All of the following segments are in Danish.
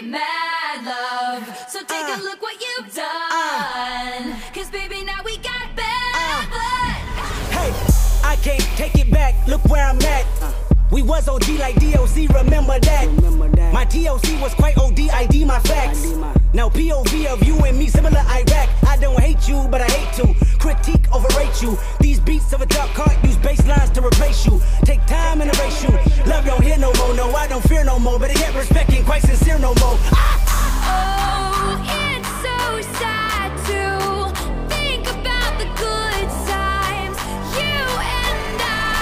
mad, love. So take a look what you've done. Cause baby, now we got bad blood. Hey, I can't take it back. Look where I'm at. We was OG like DOC, remember that. My TOC was quite OD, ID my facts. Now POV of you and me, similar Iraq. I don't hate you, but I hate to critique, overrate you. These beats of a dark heart use bass lines to replace you. Take time and erase you. Love don't hear no more, no, I don't fear no more. But I get respect ain't quite sincere no more. Oh, it's so sad to think about the good times, you and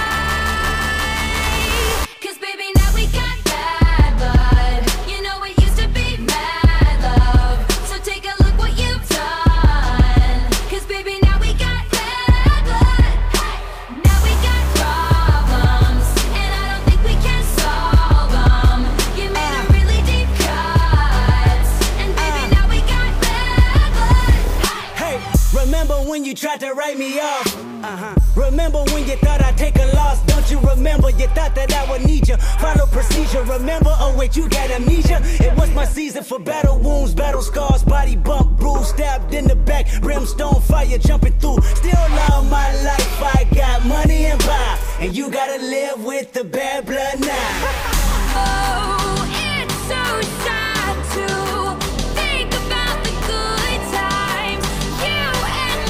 I. Cause baby, now we got bad blood. You know it used to be mad love. So take a look what you've done. Cause baby, now we got bad blood. Now we got problems, and I don't think we can solve them. You made a really deep cut, and baby, now we got bad blood. Hey, remember when you tried to write me off? Remember when you thought I'd take a loss? Don't you remember? You thought that I would need you. Follow procedure. Remember? Oh wait, you got amnesia. It was my season for battle wounds, battle scars, body bump, bruise, stabbed in the back, brimstone fire jumping through. Still love my life. I got money and power, and you gotta live with the bad blood now. Oh, it's so sad to think about the good times, you and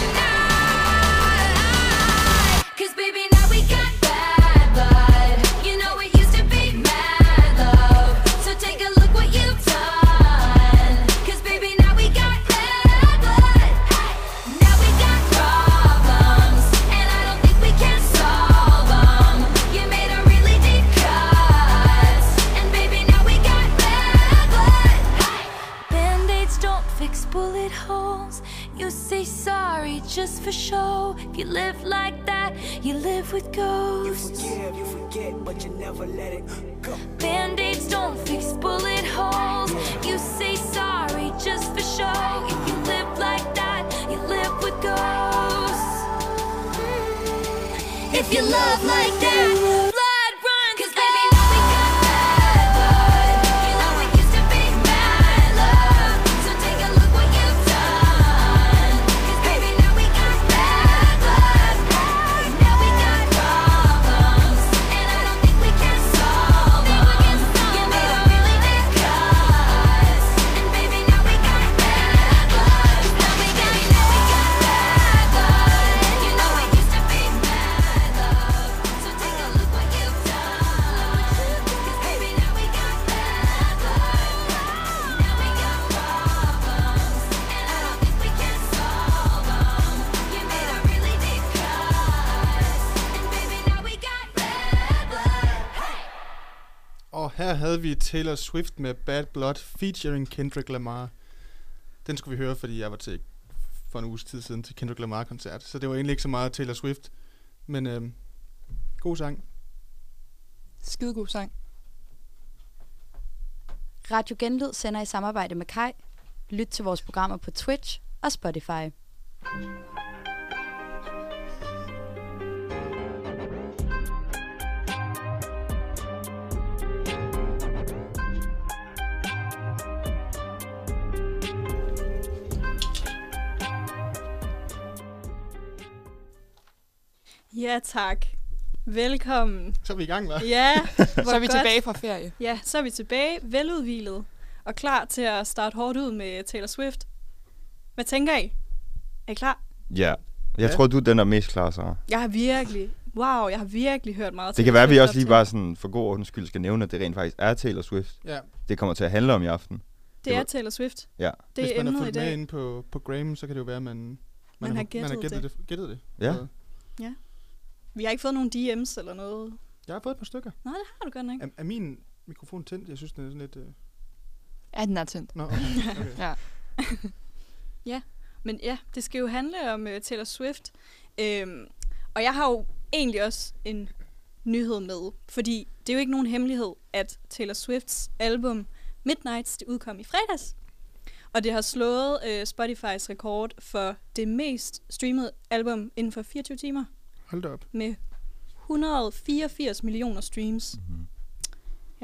I. Cause baby, now we got bad blood. You know it used to be mad love. So take a look what you've done. Cause baby, now we got bad blood. Now we got problems, and I don't think we can solve them. You made a really deep cut, and baby, now we got bad blood. Band-aids don't fix bullet holes. You say sorry just for show. If you live like that, you live with ghosts. You forget, but you never let it go. Band-aids don't fix bullet holes. You say sorry just for show. If you live like that, you live with ghosts. If you love like that, blood run. Cause baby, now we got bad blood. You know it used to be mad love. So take a look what you've done. Cause baby, now we got bad blood. Now we got problems, and I don't think we can solve them. You made a really deep cut, and baby, now we got bad blood. Now we got bad blood. You know it used to be mad love. So take a look what you've done. Cause baby, now we got bad blood. Now we got problems, and I don't think we can solve them. You made a really deep cut, and baby, now we got bad blood. Og her havde vi Taylor Swift med Bad Blood featuring Kendrick Lamar. Den skulle vi høre, fordi jeg var til for en uges tid siden til Kendrick Lamar-koncert. Så det var egentlig ikke så meget Taylor Swift. Men god sang. Skidegod sang. Radio Genlyd sender i samarbejde med Kai. Lyt til vores programmer på Twitch og Spotify. Ja, tak. Velkommen. Så er vi i gang, hva'? Ja, Så er vi tilbage fra ferie. Ja, så er vi tilbage, veludhvilet og klar til at starte hårdt ud med Taylor Swift. Hvad tænker I? Er I klar? Ja. Jeg tror, du er den, der er mest klar, så. Jeg har virkelig hørt meget. Det kan være, at vi også lige bare sådan for god ordens skyld skal nævne, at det rent faktisk er Taylor Swift. Ja. Det kommer til at handle om i aften. Det er Taylor Swift. Ja. Det Hvis er man har emnet i fulgt med dag. inde på Graham, så kan det jo være, at man har gættet det. Ja. Ja. Vi har ikke fået nogen DM's eller noget. Jeg har fået et par stykker. Nej, det har du godt nok. Er min mikrofon tændt? Jeg synes, den er sådan lidt... Ja, den er tændt. Nå, okay. Ja. Ja, men ja, det skal jo handle om Taylor Swift. Og jeg har jo egentlig også en nyhed med, fordi det er jo ikke nogen hemmelighed, at Taylor Swifts album Midnights, det udkom i fredags. Og det har slået Spotifys rekord for det mest streamede album inden for 24 timer. Hold da op. Med 184 millioner streams. Mm-hmm. Ja.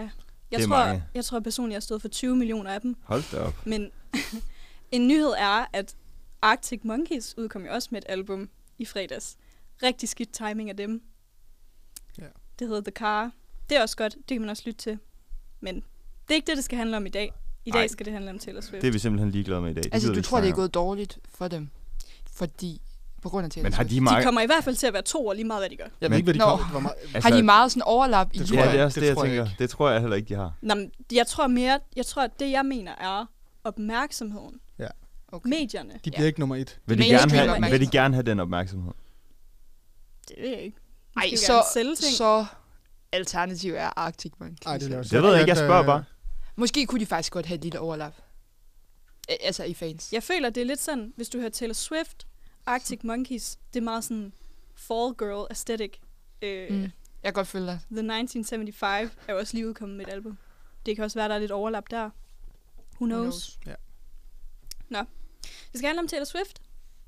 Jeg tror personligt, jeg har stået for 20 millioner af dem. Hold da op. Men en nyhed er, at Arctic Monkeys udkom jo også med et album i fredags. Rigtig skidt timing af dem. Ja. Det hedder The Car. Det er også godt. Det kan man også lytte til. Men det er ikke det skal handle om i dag. I dag skal det handle om Taylor Swift. Det er vi simpelthen ligeglade med i dag. Det Altså, gider vi du ikke tror, det er snakke om. gået dårligt for dem? Fordi, på grund af Taylor Men har Swift. de mange... De kommer i hvert fald til at være 2 år lige meget, hvad de gør. Jeg ved Men- ikke, hvad de Nå. kommer. Hvor meget, Altså, Har de meget sådan overlap i det Ja, tror jeg det er ikke. også Det det, jeg tror jeg tænker. ikke. Det tror jeg heller ikke, de har. Nå, men jeg tror, at det, jeg mener, er opmærksomheden. Okay. Medierne. de bliver ikke nummer 1. Vil de, Men gerne jeg have, streamer vil de gerne have den opmærksomhed? Det ved jeg ikke. Ej, De skal jo gerne sælge ting. så alternativ er Arctic Monkeys. Ej, det vil jeg også Det ved jeg ikke, jeg spørger bare. Måske kunne de faktisk godt have et lille overlap. Altså i fans. Jeg føler, det er lidt sådan, hvis du hører Taylor Swift, Arctic Monkeys, det er meget sådan fall girl aesthetic. Jeg kan godt følge dig. The 1975 er jo også lige udkommet med et album. Det kan også være, der er lidt overlap der. Who knows? Ja. Nå. Det skal handle om Taylor Swift.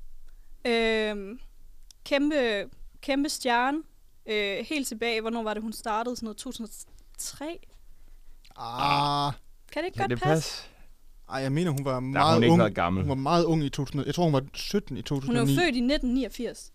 Kæmpe stjerne. Helt tilbage, hvornår var det, hun startede? Sådan noget 2003? Kan det ikke Kan godt det passe? passe? Ej, jeg mener, hun var Der har meget hun ikke ung. været gammel. Hun var meget ung i 2000. Jeg tror, hun var 17 i Hun er 2009. jo født i 1989.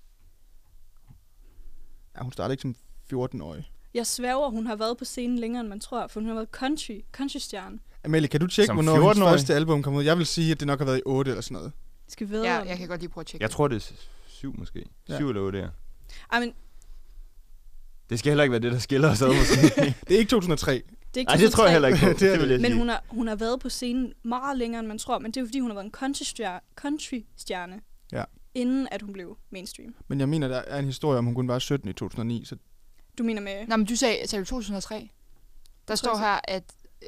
Ja, hun startede ikke som 14-årig. Jeg sværger, hun har været på scenen længere, end man tror, for hun har været country-stjerne. Amalie, kan du tjekke, Som hvornår hendes 14-årig? første album kom ud? Jeg vil sige, at det nok har været i 8 eller sådan noget. Skal vi vide Ja, om- jeg kan godt lige prøve at tjekke Jeg tror, det er 7 måske. Ja. 7 eller 8, ja. Ej, men Det skal heller ikke være det, der skiller os ad, måske. Det er ikke 2003. det er ikke Nej, det tror jeg heller ikke på. Det er Det vil jeg Men sige. hun har været på scenen meget længere, end man tror. Men det er jo, fordi hun har været en country-stjerne. Ja. Inden at hun blev mainstream. Men jeg mener, der er en historie om, hun kun var 17 i 2009. Så Du mener med... Nej, men du sagde 2003. Der står her, at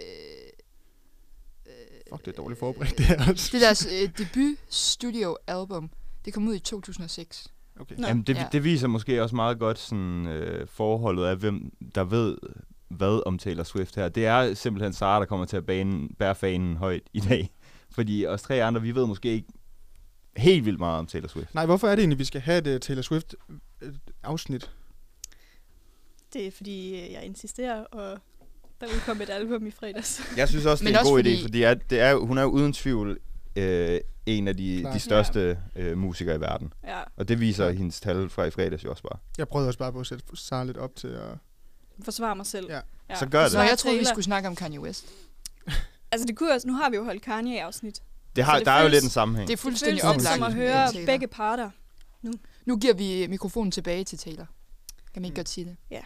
fuck, det er dårligt forberedt, det her også. det deres debut studio album, det kom ud i 2006. Okay. Nå. Jamen, Ja. det viser måske også meget godt sådan, forholdet af, hvem der ved hvad om Taylor Swift her. Det er simpelthen Sara, der kommer til at bære fanen højt i dag. Fordi os 3 andre, vi ved måske ikke helt vildt meget om Taylor Swift. Nej, hvorfor er det egentlig, vi skal have et Taylor Swift-afsnit? Det er fordi, jeg insisterer, og der udkom et album i fredags. Jeg synes også, det Men er en også god fordi- idé, fordi hun er jo uden tvivl en af de Klart. største musikere i verden. Ja. Og det viser hendes tal fra i fredags jo også bare. Jeg prøvede også bare på at sætte Sara lidt op til at... Forsvar mig selv. Ja. Så gør det. Så Forsvar jeg troede, vi Taylor. skulle snakke om Kanye West. Altså, det kunne også... Nu har vi jo holdt Kanye-afsnit. Det har, Så det der er jo føles- lidt en sammenhæng. Det er Det fuldstændig føles lidt oplagt. som at høre Taylor. begge parter. Nu giver vi mikrofonen tilbage til Taylor. Kan man ikke godt sige det?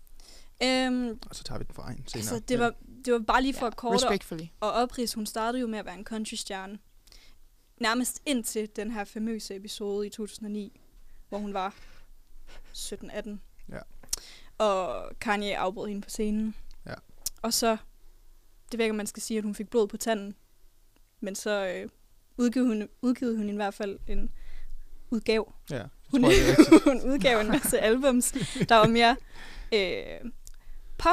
Og så tager vi den for egen senere. Altså, det var bare lige for at kort Respectfully. og oprise. Hun startede jo med at være en country-stjerne. Nærmest indtil den her famøse episode i 2009, hvor hun var 17-18. Ja. Og Kanye afbrød hende på scenen. Ja. Og så, det ved ikke, om man skal sige, at hun fik blod på tanden. Men så udgav hun i hvert fald en udgav. Ja, det Hun, tror jeg, det er rigtigt. hun udgav en masse albums, der var mere pop.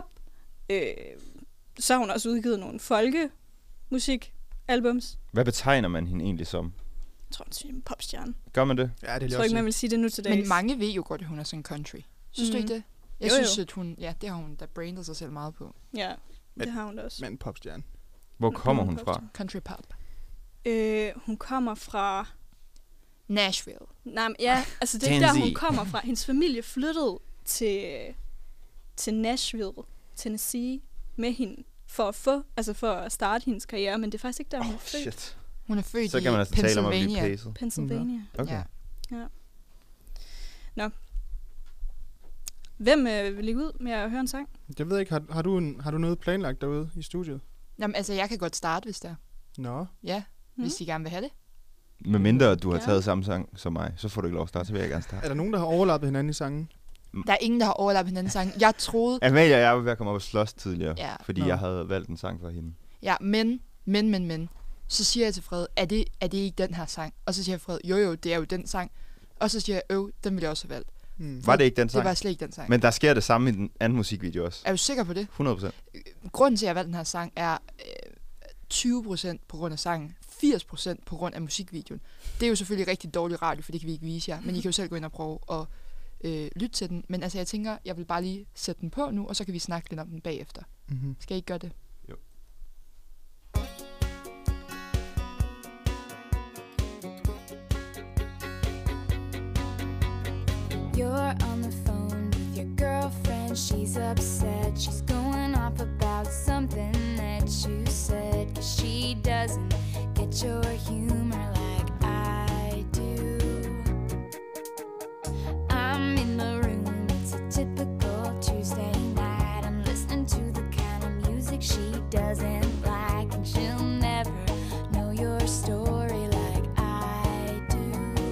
Så har hun også udgivet nogle folkemusik-albums. Hvad betegner man hende egentlig som? Jeg tror, hun er en popstjerne. Gør man det? Ja, det er Jeg lige tror ikke, man også. vil sige det nu til dags. Men mange ved jo godt, at hun er sådan country. Synes du ikke det? Jeg Jo, jo. synes, at hun... Ja, det har hun da brandet sig selv meget på. Ja, det Men- har hun da også. Men popstjerne. Hvor Nå, kommer hun hun fra? påstår. Country pop. Hun kommer fra... Nashville. Nej, men ja, altså det er ikke der, Tennessee. hun kommer fra. Hendes familie flyttede til Nashville, Tennessee, med hende for at starte hendes karriere, men det er faktisk ikke der, hun er født. Shit. Hun er født Så i kan man altså tale om at blive Pennsylvania. pæset. Pennsylvania. Okay. Ja. Hvem vil ligge ud med at høre en sang? Jeg ved ikke, har du noget planlagt derude i studiet? Jamen, altså, jeg kan godt starte, hvis der. Nå. Ja, hvis I gerne vil have det. Med mindre du har Ja. taget samme sang som mig, så får du ikke lov at starte, så vil jeg gerne starte. Er der nogen, der har overlappet hinanden i sangen? Der er ingen, der har overlappet hinandens sang. Jeg troede... Amalie og jeg var ved at komme op og slås tidligere, Ja. fordi Nå. jeg havde valgt en sang for hende. Ja, men. Så siger jeg til Fred, er det ikke den her sang? Og så siger Fred, jo, det er jo den sang. Og så siger jeg, den ville jeg også have valgt. Hmm. Var det ikke den Det sang? var slet ikke den sang. Men der sker det samme i den anden musikvideo også. Er du sikker på det? 100%. Grunden til, at jeg valgte den her sang, er 20% på grund af sangen, 80% på grund af musikvideoen. Det er jo selvfølgelig rigtig dårlig radio, for det kan vi ikke vise jer. Men I kan jo selv gå ind og prøve at lytte til den. Men altså, jeg tænker, jeg vil bare lige sætte den på nu, og så kan vi snakke lidt om den bagefter. Mm-hmm. Skal I ikke gøre det? she's upset. She's going off about something that you said. 'Cause she doesn't get your humor like I do. I'm in the room, it's a typical Tuesday night. I'm listening to the kind of music she doesn't like. And she'll never know your story like I do.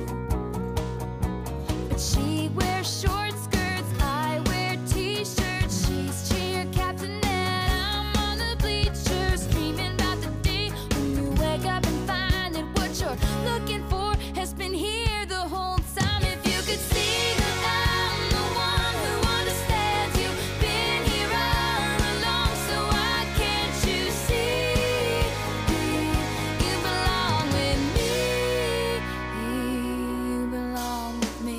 But she wears short skirts, I wear t-shirts. She's cheer captain and I'm on the bleachers, dreaming about the day when you wake up and find that what you're looking for has been here the whole time. If you could see that I'm the one who understands you, been here all along, so why can't you see you belong with me? You belong with me.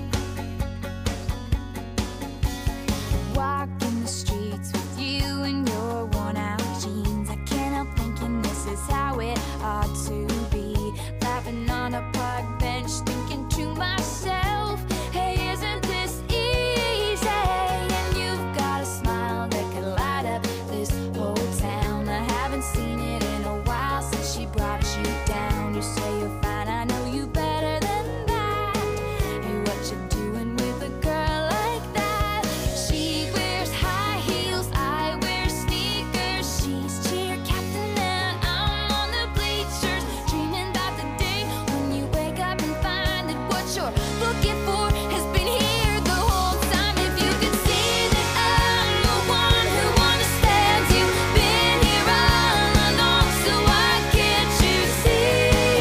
Walking the streets with you in your worn out jeans, I can't help thinking this is how it ought to be. Laughing on a park bench, thinking to myself, hey, isn't this easy? And you've got a smile that could light up this whole town. I haven't seen it in a while since she brought you down. You say you're fine, I know you better than that. Hey, what you doing with a girl like that? She wears high heels, I wear sneakers. She's cheer captain and I'm on the bleachers, dreaming about the day when you wake up and find that what you're looking for has been here the whole time. If you could see that I'm the one who understands you, been here all along, so why can't you see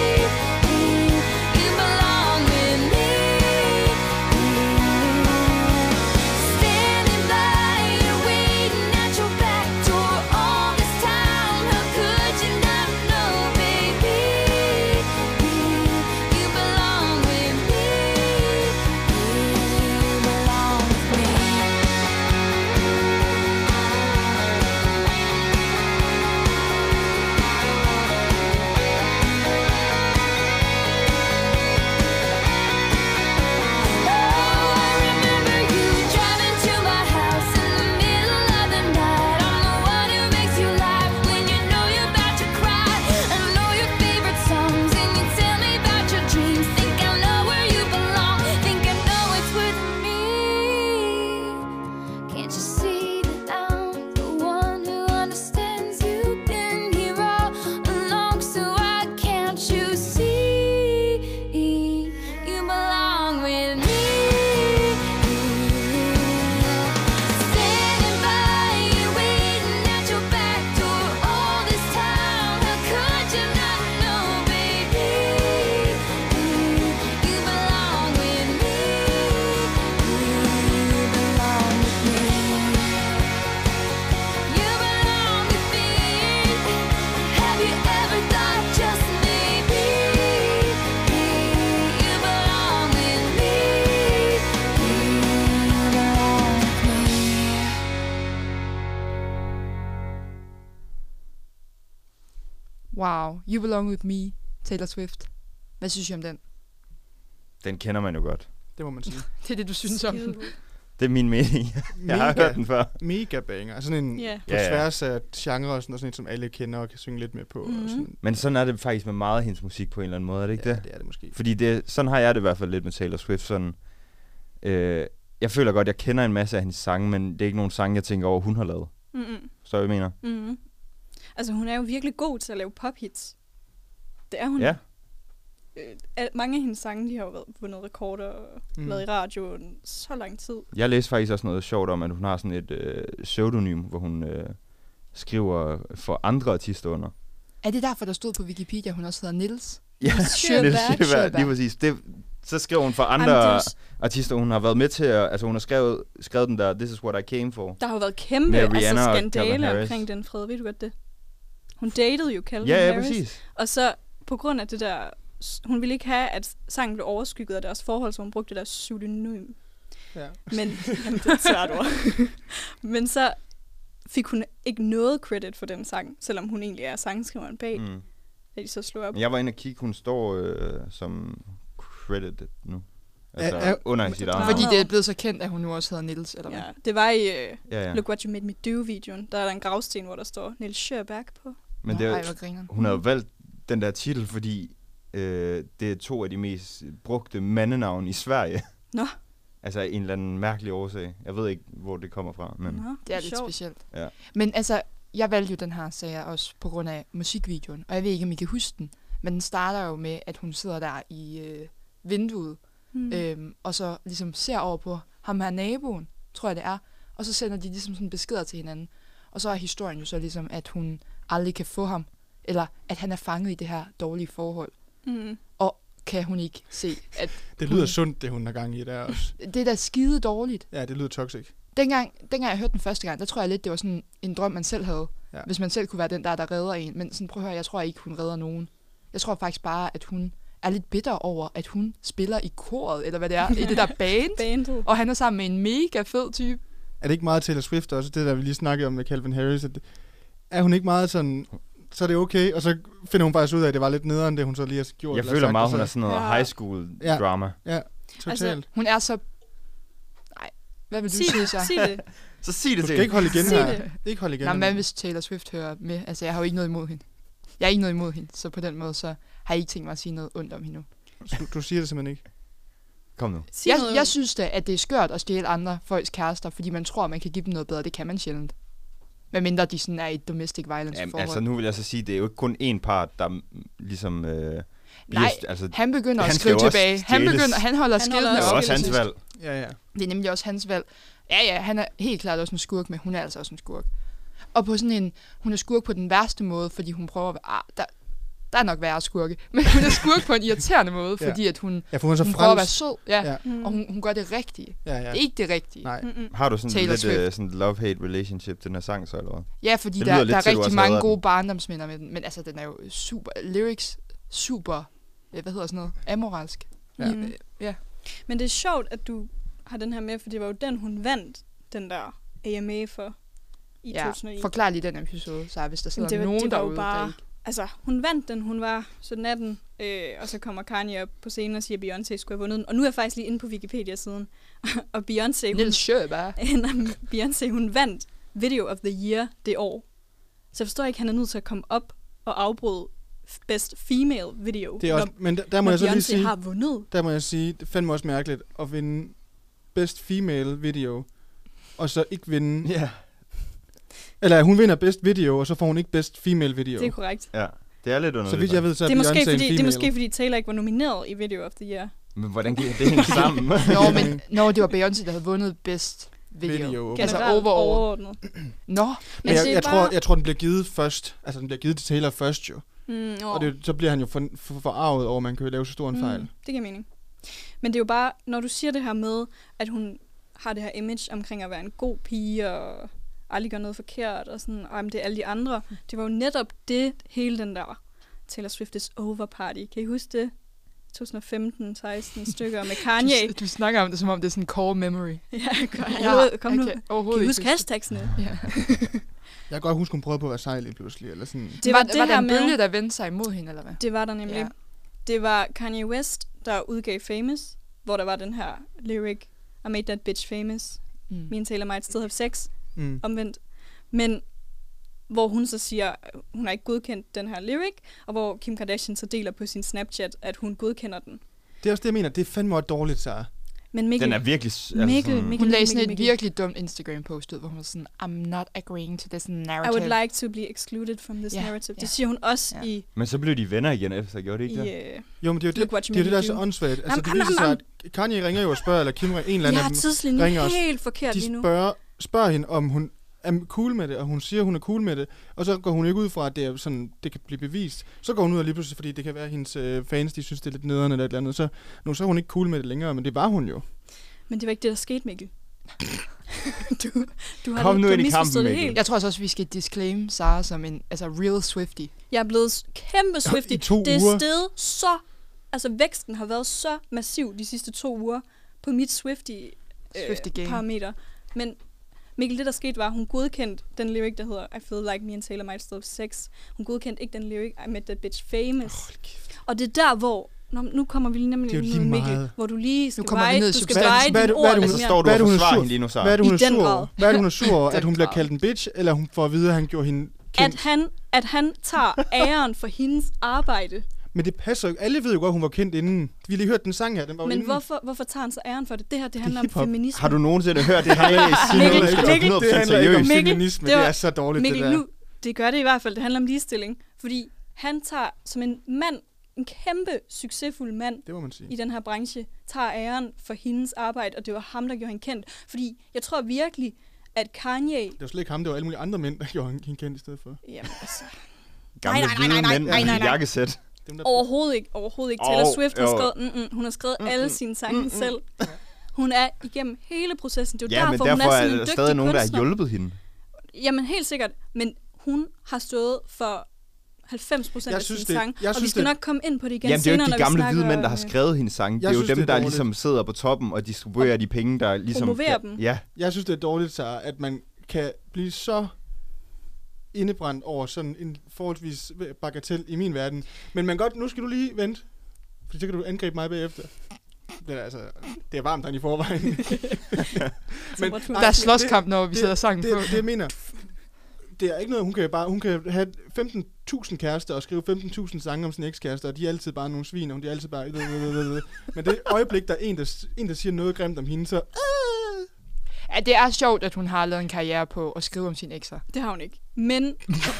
you belong with me? Standing by you, waiting at your back door all this time. How could you not know, baby? You belong with me. You belong with me. Oh, I remember you driving to my house in the middle of the night. I'm the one who makes you laugh when you know you're about to cry. I know your favorite songs and you tell me about your dreams. Think I know where you belong, think I know it's with me. Can't you see that I'm the one who understands you, been here all along, so why can't you see you belong with me? Standing by you, waiting at your back door all this time. How could you not know, baby? You belong with me. You belong with me. You belong with me. Have you ever thought just maybe you belong with me? You belong with me. Wow, You Belong With Me, Taylor Swift. Hvad synes I om den? Den kender man jo godt. Det må man sige. Det er det, du synes om den. Det er min mening. Jeg har hørt den før. Mega banger. Sådan en Ja. på Ja, ja. tværs af genre og sådan en, som alle kender og kan synge lidt med på. Og sådan. Men sådan er det faktisk med meget af hendes musik på en eller anden måde, er det ikke Ja, det? det er det måske. Fordi sådan har jeg det i hvert fald lidt med Taylor Swift. Sådan, jeg føler godt, jeg kender en masse af hendes sange, men det er ikke nogen sange, jeg tænker over, hun har lavet. Så jeg mener. Altså, hun er jo virkelig god til at lave pophits. Det er hun. Ja. Mange af hendes sange, de har jo vundet rekorder og været i radioen så lang tid. Jeg læste faktisk også noget sjovt om, at hun har sådan et pseudonym, hvor hun skriver for andre artister under. Er det derfor, der stod på Wikipedia, hun også hedder Niels? Ja, Sjøberg. Sjøberg, lige præcis. Så skriver hun for andre artister, hun har været med til at, altså hun har skrevet den der This Is What I Came For. Der har jo været kæmpe Med Rihanna og Calvin skandaler Harris. omkring den, Fred. Ved du godt det? Hun datede jo Calvin Ja, Harris. præcis. Og så på grund af det der, hun ville ikke have, at sangen blev overskygget af deres forhold, så hun brugte det der pseudonym. Ja. Men, jamen, det er et svært ord. Men så fik hun ikke noget credit for den sang, selvom hun egentlig er sangskriveren bag. Da de så slog op. Men jeg var inde og kigge, hun står som credited nu. Altså under sit eget Fordi navn. det er blevet så kendt, at hun nu også hedder Niels, eller hvad? Ja, det var i Ja. Look What You Made Me Do-videoen. Der er der en gravsten, hvor der står Niels Sjøberg på. Men det Ej, er, hvor grineren. hun har jo valgt den der titel, fordi det er 2 af de mest brugte mandenavn i Sverige. Nå. Altså en eller anden mærkelig årsag. Jeg ved ikke, hvor det kommer fra, men... Nå, Det er lidt sjovt. specielt. Ja. Men altså, jeg valgte jo den her, sagde jeg også, på grund af musikvideoen. Og jeg ved ikke, om I kan huske den. Men den starter jo med, at hun sidder der i vinduet. Og så ligesom ser over på ham her naboen, tror jeg det er. Og så sender de ligesom sådan beskeder til hinanden. Og så er historien jo så ligesom, at hun aldrig kan få ham. Eller at han er fanget i det her dårlige forhold. Og kan hun ikke se, at Det lyder sundt, det hun har gang i der også. det er da skide dårligt. Ja, det lyder toxic. Dengang jeg hørte den første gang, der tror jeg lidt, det var sådan en drøm, man selv havde. Ja. Hvis man selv kunne være den der redder en. Men sådan, prøv at høre, jeg tror ikke, hun redder nogen. Jeg tror faktisk bare, at hun er lidt bitter over, at hun spiller i koret, eller hvad det er, i det der band. Bandet. Og han er sammen med en mega fed type. Er det ikke meget Taylor Swift også, det der vi lige snakkede om med Calvin Harris? At er hun ikke meget sådan, så er det okay, og så finder hun faktisk ud af, at det var lidt nederen, det hun så lige har gjort. Jeg eller føler sagt, meget, og så- hun er sådan noget Ja. high school drama. Ja, totalt. Hun er så... Nej, hvad vil du Sig sige det, så? sig det. Så sig det Du til skal ikke holde igen Sig her. det. Ikke holde igen. Nå, Emma. hvad hvis Taylor Swift hører med? Altså, jeg har jo ikke noget imod hende. Jeg er ikke noget imod hende, så på den måde, så har jeg ikke tænkt mig at sige noget ondt om hende nu. Du siger det simpelthen ikke. Kom nu. Sig noget. Jeg synes da, at det er skørt at stjæle andre folks kærester, fordi man tror, man kan give dem noget bedre. Det kan man sjældent. Medmindre de sådan er i et domestic violence Jamen, forhold. altså nu vil jeg så sige, det er jo ikke kun én part, der ligesom... Nej, altså, han begynder han at skal skrive jo også tilbage. stjæles. Han holder Han holder skildene det er op. også hans skilles. valg. Ja. Det er nemlig også hans valg. Ja, han er helt klart også en skurk, men hun er altså også en skurk. Og på sådan en... Hun er skurk på den værste måde, fordi hun prøver at være... Der er nok værre skurke. Men hun er skurk på en irriterende måde, Ja. fordi at hun Ja, for hun er så prøver at være frelst. sød. Ja. Ja. Mm. Og hun gør det rigtige. Ja. Det er ikke det rigtige. Nej. Har du sådan Taylor lidt Swift. sådan love-hate relationship, den her sang så, eller hvad? Ja, fordi Det lyder der lidt er til, du rigtig også mange hader gode den. barndomsminder med den. Men altså, den er jo super... Lyrics, super... Hvad hedder sådan noget? Amoralsk. Ja. Ja. Men det er sjovt, at du har den her med, for det var jo den, hun vandt, den der AMA for i Ja, 2001. forklar lige den episode, så hvis der sidder det var- nogen det var jo derude, bare- der ikke... Altså, hun vandt den, hun var 17-18, og så kommer Kanye op på scenen og siger, at Beyoncé skulle have vundet den. Og nu er jeg faktisk lige inde på Wikipedia-siden. Og Beyoncé, hun, Niels Sjøberg. Beyoncé, hun vandt Video of the Year det år. Så jeg forstår ikke, at han er nødt til at komme op og afbryde Best Female Video, Det er også, men der må når jeg så lige Beyoncé sige, har vundet. der må jeg sige, det er fandme også mærkeligt at vinde Best Female Video, og så ikke vinde... Ja. Eller hun vinder Best Video, og så får hun ikke Best Female Video. Det er korrekt. Ja, det er lidt underligt. Så vidt jeg ved, så er Det er, Beyoncé måske, en fordi, female. det er måske fordi Taylor ikke var nomineret i Video of the Year. Men hvordan kan det hænge sammen? Nå, det var Beyoncé, der havde vundet Best Video. Video. Altså Generelt overordnet. Nå, Men Men det er jeg bare- tror, den bliver givet først. Altså, den bliver givet til Taylor først jo. Og så bliver han jo forarvet over, at man kan lave så stor en fejl. Det giver mening. Men det er jo bare, når du siger det her med, at hun har det her image omkring at være en god pige, og aldrig gøre noget forkert, og sådan, og jamen, det er alle de andre. Det var jo netop det, hele den der Taylor Swift is over party. Kan I huske det? 2015-16 stykker med Kanye. du snakker om det, som om det er sådan en core memory. Kom nu. Jeg kan Kan overhovedet I huske ikke hashtagsene? Ja. Jeg kan godt huske, hun prøvede på at være sej lige pludselig. Eller sådan. Det var var det der her en med- bølge, der vendte sig imod hende, eller hvad? Det var der nemlig. Ja. Det var Kanye West, der udgav Famous, hvor der var den her lyric, I made that bitch famous. Mm. Me and Taylor might still have sex. Mm. Omvendt. Men hvor hun så siger, hun har ikke godkendt den her lyric, og hvor Kim Kardashian så deler på sin Snapchat, at hun godkender den. Det er også det, jeg mener. Det er fandme også dårligt, Sarah. Men Mikkel, Den er virkelig... Mikkel. Hun lagde sådan et virkelig dumt Instagram-post ud, hvor hun var sådan, I'm not agreeing to this I narrative. would like to be excluded from this Ja, narrative. ja. Det siger hun også Ja. i, Men så blev de venner igen efter, gjorde det ikke det? Jo, men det er jo Look What You det, er Made det der er Me så Do. åndssvagt. Altså, det viser sig, at Kanye ringer jo og spørger, eller Kim ringer, en eller Jeg anden har af dem, tidslinjen ringer os. helt forkert lige de nu. spørger hende, om hun er cool med det, og hun siger, hun er cool med det, og så går hun ikke ud fra, at det er sådan, det kan blive bevist. Så går hun ud og lige pludselig, fordi det kan være, at hendes fans, de synes, det er lidt nederen eller et eller andet, så er hun ikke cool med det længere, men det var hun jo. Men det var ikke det, der skete, Mikkel. du Kom nu du ind i misforstået kampen, det Mikkel. helt. Jeg tror også, vi skal disclaim Sara som en real Swiftie. Jeg er blevet kæmpe Swiftie. I 2 Det uger. er steget så... Altså, væksten har været så massiv de sidste 2 uger på mit Swiftie game. Swiftie-parameter. Men Mikkel, det der skete var, hun godkendte den lyric, der hedder I feel like me and Taylor might still have sex. Hun godkendte ikke den lyric, I made that bitch famous. Og det er der, hvor nu kommer vi nemlig Det er jo ind lige i Mikkel, meget. hvor du lige skal kommer vi veje, ned i du skal substansen. veje Hvad er dine det- hvad er ord det, lidt hun- Så mere. står du Hvad er og det, hun er forsvarer sur- hende lige nu, Sara. Hvad er det, hun I er den sur grad. over? Hvad er det, hun er sur over? Den At hun bliver grad. kaldt en bitch, eller hun får at vide, at han gjorde hende kendt? At han tager æren for hendes arbejde. Men det passer jo ikke. Alle ved jo godt, hun var kendt inden. Vi har lige hørt den sang her. Den var jo Men inden. hvorfor tager han så æren for det? Det her, det handler om hiphop. feminisme. Har du nogensinde hørt det her? Jeg siger Mikkel, noget, der er Mikkel, 100% Det handler ikke om seriøst. Mikkel, feminisme. det var- Det er så dårligt, Mikkel, det der. nu, det gør det i hvert fald. Det handler om ligestilling. Fordi han tager som en mand, en kæmpe succesfuld mand Det må man sige. i den her branche, tager æren for hendes arbejde, og det var ham, der gjorde hende kendt. Fordi jeg tror virkelig, at Kanye... Det var slet ikke ham, det var alle mulige andre mænd, der gjorde hende kendt i stedet for. Jamen, altså, Gamle hvide mænd i jakkesæt. Dem, der overhovedet ikke. Taylor Swift har jo. skrevet, hun har skrevet alle sine sange selv. Hun er igennem hele processen. Det er jo Ja, men derfor, hun derfor er sådan er en der dygtig stadig nogen, der har kunstner. hjulpet hende. Jamen, helt sikkert. Men hun har stået for 90% Jeg af synes, sine det- sange. jeg Og vi synes, skal det- nok komme ind på det igen Jamen, det er jo senere, ikke når de vi gamle snakker hvide mænd, der har om, skrevet hendes sange. Det er Jeg jo synes, dem, det er der dårligt. ligesom sidder på toppen og distribuerer de penge, der ligesom... Promoverer dem. Ja, Jeg synes, det er dårligt, så at man kan blive så indebrændt over sådan en forholdsvis bagatel i min verden. Men man godt, nu skal du lige vente, for så kan du angribe mig bagefter. Det er, altså, det er varmt herinde i forvejen. Temperaturen. Der er slåskamp, når vi sidder sangen på. det, jeg mener, det er ikke noget, hun kan have 15.000 kærester og skrive 15.000 sange om sin ekskærester, og de er altid bare nogle svin, og de er altid bare... Men det øjeblik, der er en, der siger noget grimt om hende, så... Ja, det er sjovt, at hun har lavet en karriere på at skrive om sine ekser. Det har hun ikke. Men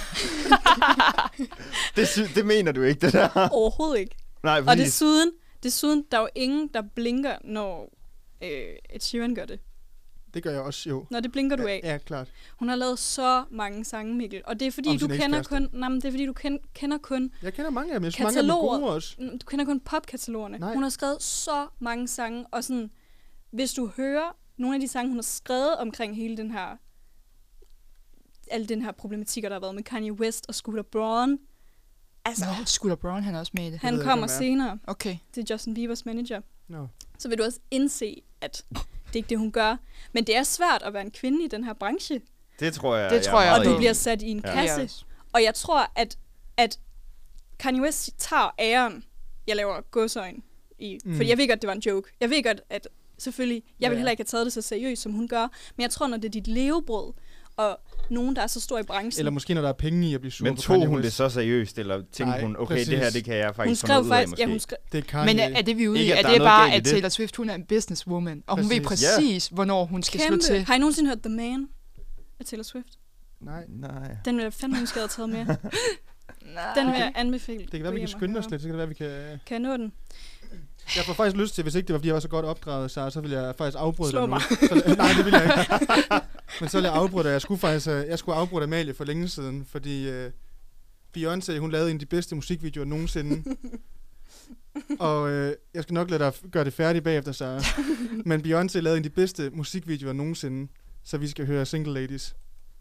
det mener du ikke, det der. overhovedet ikke. Nej, Og fordi... desuden, der er jo ingen, der blinker, når Ed Sheeran gør det. Det gør jeg også, jo. Når det blinker du af. Ja, klart. Hun har lavet så mange sange, Mikkel. Og det er fordi, Om du sin kender ekskæreste. kun... Nej, men det er fordi, du kender kun... Jeg kender mange af dem. Jeg synes, mange af dem er Kataloger. gode også. Du kender kun popkatalogerne. Nej. Hun har skrevet så mange sange, og sådan... Hvis du hører nogle af de sange, hun har skrevet omkring hele den her... Alle den her problematikker, der har været med Kanye West og Scooter Braun. Altså, Nå, Scooter Braun, han er også med i det. han ved jeg kommer ikke, hvem senere. Okay. Det er Justin Biebers manager. No. Så vil du også indse, at det er ikke det, hun gør. Men det er svært at være en kvinde i den her branche. Det tror jeg, Det tror jeg Og meget du enig. bliver sat i en Ja. kasse. Og jeg tror, at Kanye West tager æren. Jeg laver godsøjne i. For jeg ved godt, det var en joke. Jeg ved godt, at selvfølgelig, jeg vil Ja. heller ikke have taget det så seriøst, som hun gør. Men jeg tror, når det er dit levebrød, og nogen, der er så stor i branchen. Eller måske, når der er penge i at blive sur Men på tog Kanye hun West. det så seriøst, eller tænkte Nej, hun, okay, præcis. det her, det kan jeg hun faktisk få skrev noget ud af, faktisk, måske. ja, hun skrev, Det er Kanye. Men er det vi er ude i? Ikke, at Er der er det noget bare, galt i at det. Taylor Swift, hun er en businesswoman, og hun ved Præcis. præcis, hvornår hun skal slå kæmpe. til? Har I nogensinde hørt The Man af Taylor Swift? Nej. Nej. Den vil jeg fandme ønske, jeg havde taget med. Nej. Den vil jeg anbefale. Det kan være, vi kan skynde os lidt. Så kan det være, vi kan... Kan jeg nå den? Jeg får faktisk lyst til, hvis ikke det var, fordi jeg var så godt opdraget, så ville jeg faktisk afbryde Slå dig nu. mig. Nej, det ville jeg ikke. Men så ville jeg afbryde dig. Jeg skulle afbryde Amalie for længe siden, fordi Beyoncé, hun lavede en af de bedste musikvideoer nogensinde. Og jeg skal nok lade dig gøre det færdigt bagefter, Sara. Men Beyoncé lavede en af de bedste musikvideoer nogensinde, så vi skal høre Single Ladies.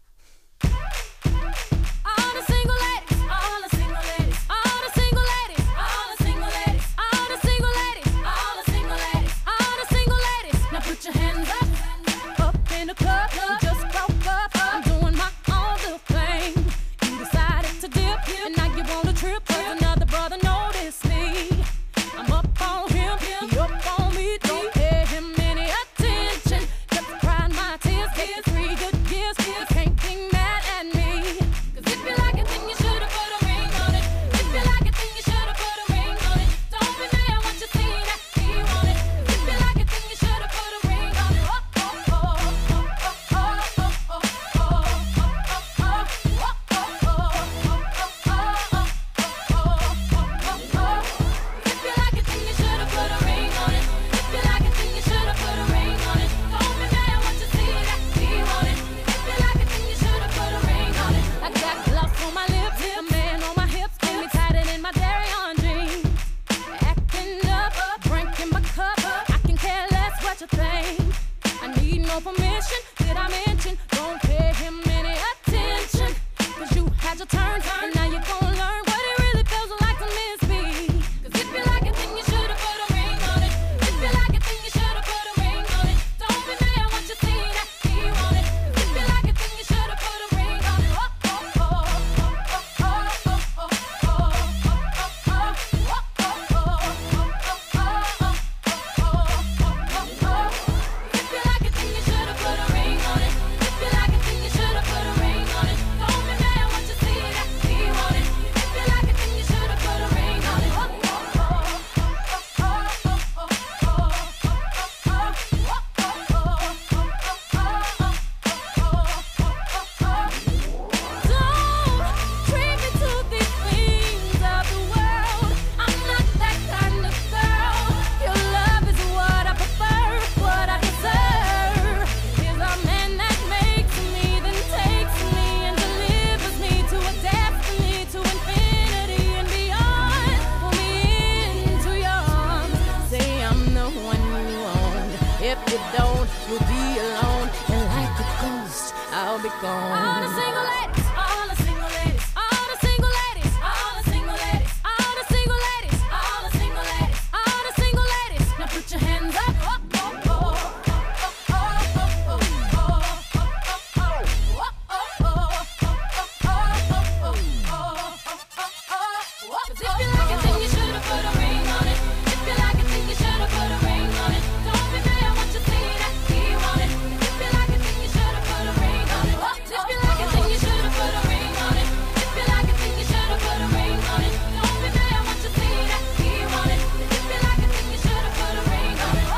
All the single ladies, all the single ladies, all the single ladies, all the single ladies, all the single ladies, all the single ladies, all the single ladies. Now put your hands up in the club. You just broke up. I'm doing my own little thing. You decided to dip, and now you want a trip 'cause another brother noticed me. I'm up on him, he up on me. Don't pay him any attention. Kept crying my tears, get 3 good years. All the single ladies, all the single ladies, all the single ladies, all the single ladies, all the single ladies, all the single ladies, all the single ladies. Now put your hands up. If you like it, then you should have put a ring on it. If you like it, then you should have put a ring on it. Don't be mad what you see that he want it. If you like it, then you should have put a ring on it. If you like it, then you should have put a ring on it. If you like it, then you should have put a ring on it. Don't be mad what you see that he want it. If you like it, then you should have put a ring on it.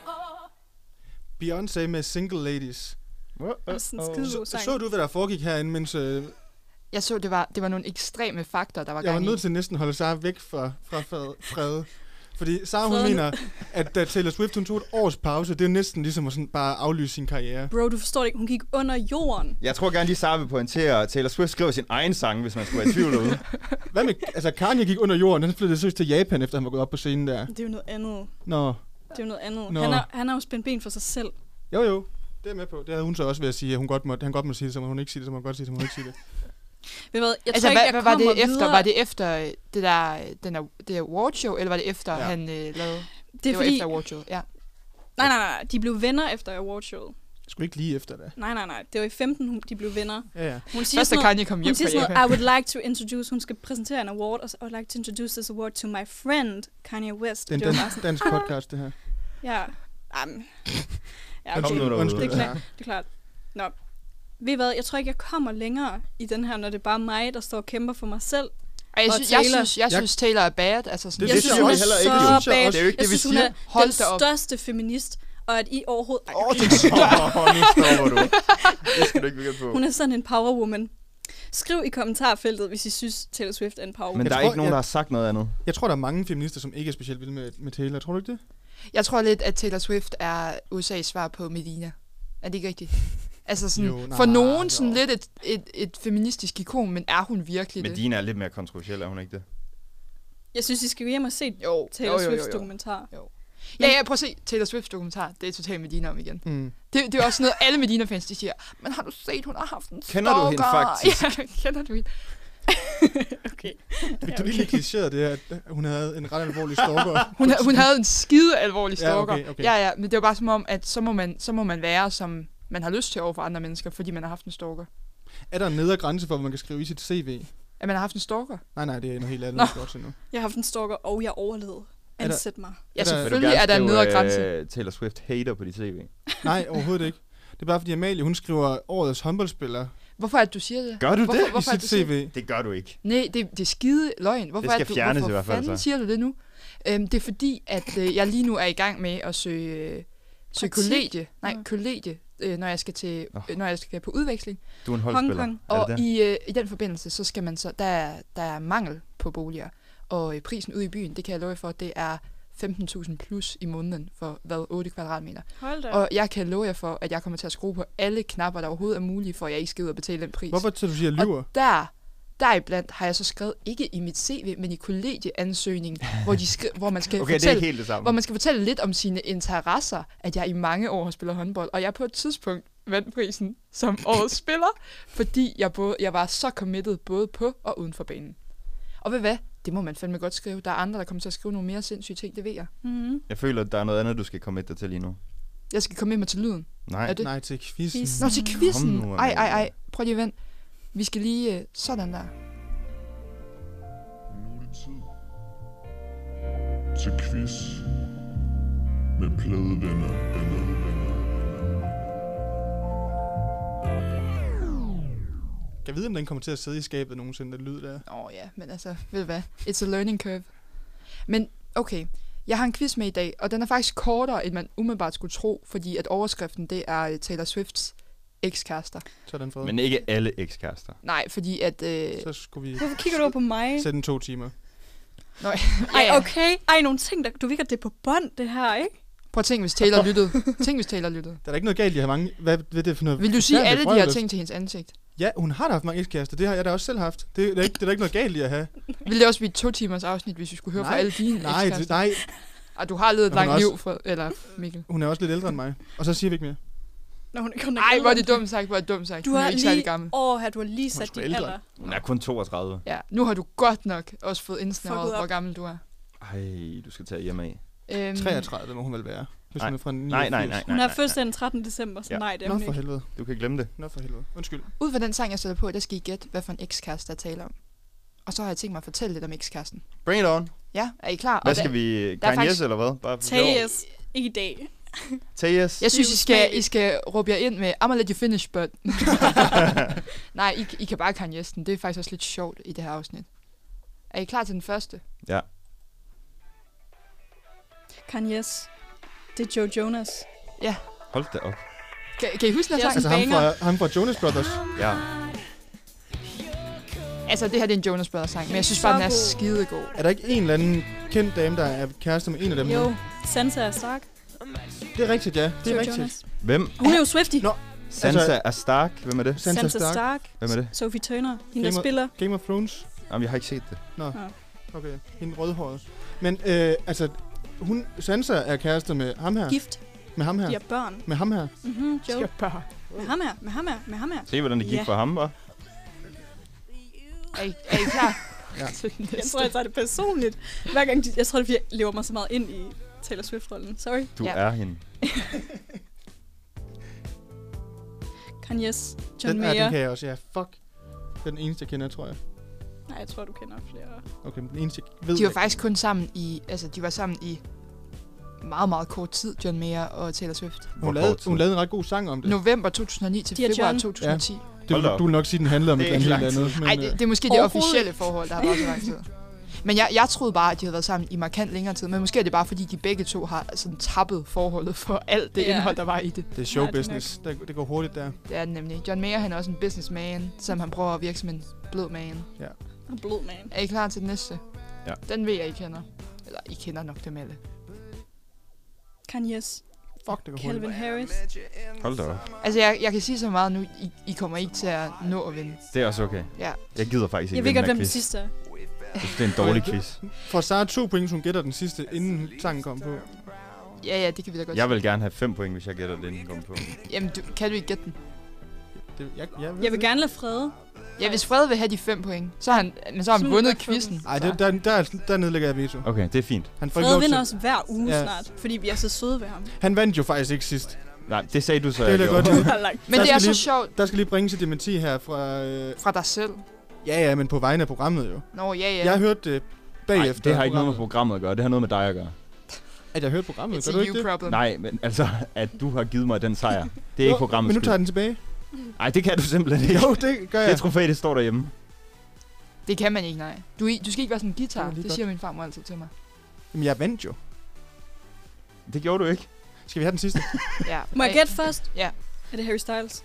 Beyoncé med Single Ladies. Sådan en skidegod sang. Så du, hvad der foregik herinde, mens Jeg så, det var nogle ekstreme fakter, der var jeg var gang i. nødt til næsten at holde Sara væk fra Frede. Fordi Sara, hun mener, at da Taylor Swift hun tog et års pause, det er jo næsten ligesom at sådan bare aflyse sin karriere. Bro, du forstår det ikke. Hun gik under jorden. Jeg tror gerne lige, Sara vil pointere, at Taylor Swift skriver sin egen sang, hvis man skulle være i tvivl derude. Hvad med, altså Kanye gik under jorden, han flyttede seriøst til Japan, efter han var gået op på scenen der. Det er jo noget andet. Nå, Det er jo noget andet. Nå. Han har jo spændt ben for sig selv. jo, det er jeg med på. Det havde hun så også ved at sige, at han godt må sige det, så må hun ikke sige det, så må hun godt sige det, så må hun ikke sige det. Ved du hvad? Jeg Altså, tror ikke, hvad var det kommer efter? videre. Var det efter det der awardshow, eller var det efter, han lavede... Det er var fordi... efter awardshow, ja. Nej. De blev venner efter awardshowet. Skulle ikke lige efter det. Nej. Det var i 15, de blev venner. Ja. Hun siger Først da sådan Kanye kom hjem hun siger fra sådan Japan. noget, I would like to introduce, hun skal præsentere en award, og så, I would like to introduce this award to my friend, Kanye West. Det er var en bare sådan, dansk podcast, det her. ja. Ja, Kom okay. nu derude. Det er klart. Nå. Ved I hvad, jeg tror ikke, jeg kommer længere i den her, når det er bare mig, der står og kæmper for mig selv. Og jeg Og synes, Taylor. jeg synes Taylor er bad. Altså sådan, Det Jeg siger synes, hun vi er heller ikke, så jo. bad. Det er jo ikke Jeg det, vi synes, hun er Hold den da op. største feminist, og at I overhovedet... Ej, Nu stopper du. Det skal du ikke begynde på. hun er sådan en power woman. Skriv i kommentarfeltet, hvis I synes, Taylor Swift er en power woman. Men der er tror, ikke nogen, der har sagt noget andet. Jeg tror, der er mange feminister, som ikke er specielt vilde med Taylor. Tror du ikke det? Jeg tror lidt, at Taylor Swift er USA's svar på Medina. Er det ikke rigtigt? Altså sådan, Jo, for nej, nogen jo. sådan lidt et feministisk ikon, men er hun virkelig Men det? Dina er lidt mere kontroversiel, er hun ikke det? Jeg synes, I skal gå hjem og se Jo, Taylor Swifts dokumentar. Ja, prøv at se Taylor Swifts dokumentar. Det er totalt Medina om igen. Mm. Det er også noget, alle Medina-fans, de siger, men har du set, hun har haft en Kender du hende stalker?" faktisk? Ja, kender du hende? Okay. Fik du lige klichéret det her, at hun havde en ret alvorlig stalker? Hun havde en skide alvorlig Ja, stalker. okay. Ja, men det var bare som om, at så må man være, som man har lyst til over for andre mennesker, fordi man har haft en stalker. Er der en nedre grænse for, hvad man kan skrive i sit CV? At man har haft en stalker? Nej, det er noget helt andet, Nå. vi skal over til nu. Jeg har haft en stalker, og jeg overlevede. Er der- Ansæt mig. Ja, Er der- selvfølgelig er der en nedre grænse. Taylor Swift hater på dit CV. Nej, overhovedet ikke. Det er bare fordi Amalie, hun skriver årets håndboldspiller Hvorfor er det, du siger det? Gør du det? i Hvorfor er sit det, du siger det? CV. Det gør du ikke. Nej, det er skide løgn. Hvorfor skal er det, fjernes hvorfor i hvert fald, fanden så. siger du det nu? Det er fordi, at jeg lige nu er i gang med at søge Praktik? kollegie. Nej, Nå. kollegie, når jeg skal på udveksling. Du er en holdspiller. Hongkong. Er Og det det? i den forbindelse, så skal man så, der er mangel på boliger. Og prisen ude i byen, det kan jeg love jer for, det er 15.000 plus i måneden for 8 kvadratmeter. Hold da. Og jeg kan love jer for, at jeg kommer til at skrue på alle knapper, der overhovedet er mulige, for at jeg ikke skal ud og betale den pris. Hvorfor til du siger lyver? Og deriblandt har jeg så skrevet, ikke i mit CV, men i kollegieansøgningen, hvor man skal Okay, det er fortælle, ikke helt det samme. hvor man skal fortælle lidt om sine interesser, at jeg i mange år har spillet håndbold, og jeg på et tidspunkt vandt prisen som årets spiller, fordi jeg var så committed både på og uden for banen. Og ved hvad? Det må man fandme godt skrive. Der er andre, der kommer til at skrive nogle mere sindssyge ting, det ved jeg. Mm-hmm. Jeg føler, at der er noget andet, du skal komme dig til lige nu. Jeg skal komme med mig til lyden. Nej. Er det? Nej, til quizzen. Quiz. Nå, til quizzen. Kom nu, Ej. Amalie. Prøv lige at vente. Vi skal lige sådan der. Nu er det tid til quiz med pladevenner. Jeg ved, om den kommer til at sidde i skabet nogensinde, den lyd der. Ja, men altså, ved du hvad? It's a learning curve. Men okay, jeg har en quiz med i dag, og den er faktisk kortere, end man umiddelbart skulle tro, fordi at overskriften, det er Taylor Swifts ekskærester. Sådan for. Men ikke alle ekskærester. Nej, fordi at... Så skulle vi Hvorfor kigger du på mig? sætte den 2 timer. Ej, okay. Ej, nogle ting, der... Du virker det på bånd, det her, ikke? Prøv at tænke, hvis Taylor lyttede. Tænk, hvis Taylor lyttede. Der er da ikke noget galt i at have mange... Hvad er det for noget? Vil du sige forfærdeligt alle de her vrøvl? ting til hendes ansigt? Ja, hun har da haft mange ekskærester. Det har jeg da også selv haft. Det er da ikke noget galt i at have. Ville det også blive et 2 timers afsnit, hvis vi skulle høre fra alle dine ekskærester? Nej. Og du har levet et Men hun langt er liv, eller Mikkel? Hun er også lidt ældre end mig. Og så siger vi ikke mere. Når hun er Ej, hvor er det dumt sagt, hvor er det dumt sagt. Du Hun er har ikke særlig lige, gammel. du har lige Hun er sat sgu din ældre. alder. Hun er kun 32. Ja, nu har du godt nok også fået indsnævret, Fucket op. hvor gammel du er. Ej, du skal tage hjem af. 33 må hun vel være, hvis Nej. hun er fra 89. Nej. Hun er fødselsdag den 13. december, så Ja. nej, det er Nå hun for ikke. helvede. Du kan glemme det. Nå for helvede. Undskyld. Ud fra den sang, jeg sætter på, der skal I gætte, hvad for en ekskæreste, der taler om. Og så har jeg tænkt mig at fortælle lidt om ekskæresten. Bring it on. Ja, er I klar? Hvad Og skal vi... der er Kanye faktisk- eller hvad? Bare Tages i dag. Tages. Jeg synes, Det er I skal råbe jer ind med I'ma let you finish, but... Nej, I kan bare Kanye'sten. Det er faktisk også lidt sjovt i det her afsnit. Er I klar til den første? Ja. Kanye's. Det er Joe Jonas. Hold da op. Kan I huske den Det er her sang? også Altså ham fra Jonas Brothers. Ja. Altså, det her det er en Jonas Brothers sang, men jeg synes bare, den er Så skidegod. Er der ikke en eller anden kendt dame, der er kæreste med en af dem? Jo, nu? Sansa Stark. Det er rigtigt, ja. Det er Joe rigtigt. Jonas. Hvem? Hun er jo Swiftie. Nå. Sansa Altså- er Stark. Hvem er det? Sansa Stark. Hvem er det? Sophie Turner. Hende, der Game of- spiller. Game of Thrones. Jamen, jeg har ikke set det. Okay, hende rødhåret. Men altså, Sansa er kæreste med ham her. Gift. Med ham her. De har børn. Med ham her. Joe. bare. Med ham her. Se, hvordan det gik Ja. for ham, var. Er I klar? Ja. Til den Jeg næste? tror, jeg tager det personligt. Hver gang, jeg tror, det lever mig så meget ind i Taylor Swift-rollen. Sorry. Du Ja. er hende. Kanye's. John Den Mayer. kan jeg også, ja. Fuck. Det er den eneste, jeg kender, tror jeg. Nej, jeg tror, du kender flere. Okay, men den eneste, jeg ved De var jeg faktisk kun sammen i... Altså, de var sammen i meget, meget kort tid, John Mayer og Taylor Swift. ikke. Hvor Hun kort tid? lavede en ret god sang om det. November 2009 til Dear februar John. 2010. Hold da op. Du vil nok sige, den handlede om Det et er eller ikke andet lang helt andet. Nej, Men, det er måske det officielle forhold, der har været så lang tid. Men jeg troede bare, at de havde været sammen i markant længere tid. Men måske er det bare, fordi de begge to har sådan tappet forholdet for alt det Ja. indhold, der var i det. det er showbusiness. Det går hurtigt der. Det er det nemlig. John Mayer, han er også en businessman, som han prøver at virke som en blød man. Og blod, man. Er I klar til den næste? Ja. Den ved jeg, I kender. Eller, I kender nok dem alle. Kanye's. Fuck, det går hurtigt. Calvin Harris. Hold da op. Altså, jeg kan sige så meget nu, I kommer ikke til at nå at vinde. Det er også okay. Ja. Jeg gider faktisk Jeg ikke ved godt, den hvem her den quiz. sidste er. Jeg synes, det er en dårlig quiz. For Sara 2 point, hvis hun gætter den sidste, inden sangen kom på. Ja, det kan vi da godt Jeg vil gerne have 5 point, hvis jeg gætter det, inden den kommer på. Jamen, kan du ikke gætte den? Jeg vil gerne lade Frede. Ja, hvis Fred vil have de 5 point, så har han, men så har han Så vundet godt få quizzen. den. Ej, der nedlægger jeg veto. Okay, det er fint. Han får ikke Frede lov vinder til. også hver uge Ja. snart, fordi vi er så søde ved ham. Han vandt jo faktisk ikke sidst. Nej, det sagde du så, Det vil jeg godt gjorde. vide. Har lagt- Men det Der er skal så lige- sjovt Der skal lige bringes et dementi her fra... fra dig selv. Ja, men på vegne af programmet jo. Nå, ja. Jeg har hørt det bagefter. Nej, det har ikke noget med programmet at gøre. Det har noget med dig at gøre. At jeg har hørt programmet, It's gør a du ikke you det? problem. Nej, men altså, at du har givet mig den sejr. Det er ikke programmets Men nu skyld. tager jeg den tilbage. Nej, det kan du simpelthen ikke. Jo, det gør jeg. Det trofæ, det står derhjemme. Det kan man ikke, nej. Du skal ikke være sådan en guitar. Det var lige Det godt. siger min farmor altid til mig. Jamen, jeg vandt jo. Det gjorde du ikke. Skal vi have den sidste? Ja. Må jeg gætte først? Ja. Er det Harry Styles?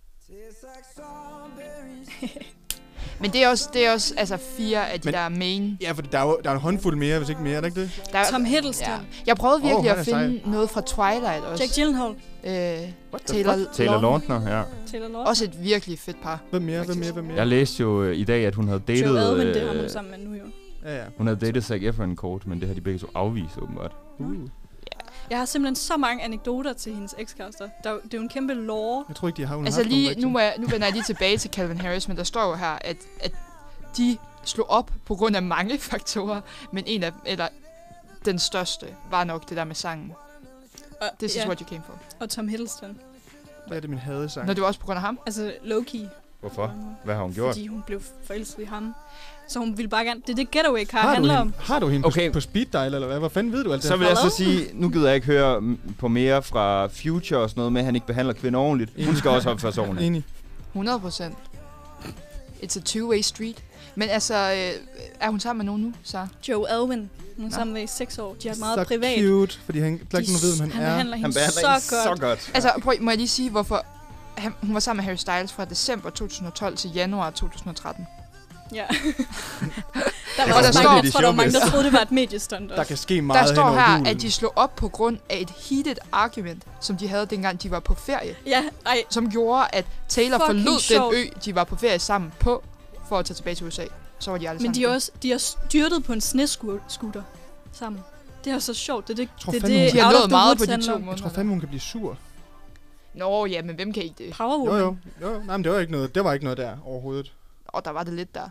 Men det er også altså 4 af de Men- der main. Ja, for der er en håndfuld mere, hvis ikke mere, er det ikke det? Der er, Tom Hiddleston. ja. Jeg prøvede virkelig han at er finde noget fra Twilight også. Jack Gyllenhaal. Taylor Lautner, ja. Taylor Lautner. Også et virkelig fedt par. Hvem mere? Jeg læste jo i dag, at hun havde datet... Joe Alwyn, det har hun sammen med nu jo. Ja. Hun havde datet Zac Efron kort, men det har de begge to afvist, åbenbart. Jeg har simpelthen så mange anekdoter til hendes ekskærester. Det er jo en kæmpe lore. Jeg tror ikke, de har hun Altså haft nogen lige, rigtigt. nu vender jeg lige tilbage til Calvin Harris, men der står jo her, at de slog op på grund af mange faktorer, men en af, eller den største, var nok det der med sangen. Og, This is what you came for. Og Tom Hiddleston. Hvad er det, min hadesang? Når det var også på grund af ham. Altså low-key. Hvorfor? Hvad har hun gjort? Fordi hun blev forelsket i ham. Så hun ville bare gerne... Det er det Getaway Car Har du handler om. hende, har du hende Okay. på speed dial, eller hvad? Hvor fanden ved du alt det Så her vil jeg fra? så sige, nu gider jeg ikke høre på mere fra Future og sådan noget med, at han ikke behandler kvinder ordentligt. Hun skal også opføre sig ordentligt. Enig. 100%. It's a two-way street. Men altså, er hun sammen med nogen nu, så? Joe Alwyn. Hun er Nå. sammen med i 6 år. De har meget Så privat. cute, fordi han, der er ikke nogen, der ved, hvem han er. behandler hende Han behandler så hende godt. så godt. Altså, må jeg lige sige, hvorfor hun var sammen med Harry Styles fra december 2012 til januar 2013. Ja. Og der der var står- mange, jeg tror, der var mange, der troede, det var et mediestunt Der også. kan ske Der meget står hen over her, julen. at de slog op på grund af et heated argument, som de havde dengang, de var på ferie. Ja, ej. Som gjorde, at Taylor Fucking forlod sjovt. den ø, de var på ferie sammen på, for at tage tilbage til USA. Så var de aldrig Men sammen. de har styrtet på en snescooter sammen. Det er så sjovt. Det er det, tror det, fandme, det hun- De har Out of nået the meget Woods på de handler 2 om. Jeg måneder. tror fandme, hun kan blive sur. Nå, ja, men hvem kan ikke det? Powerwoman. Jo. Nej, men det var ikke noget der overhovedet. Og der var det lidt der.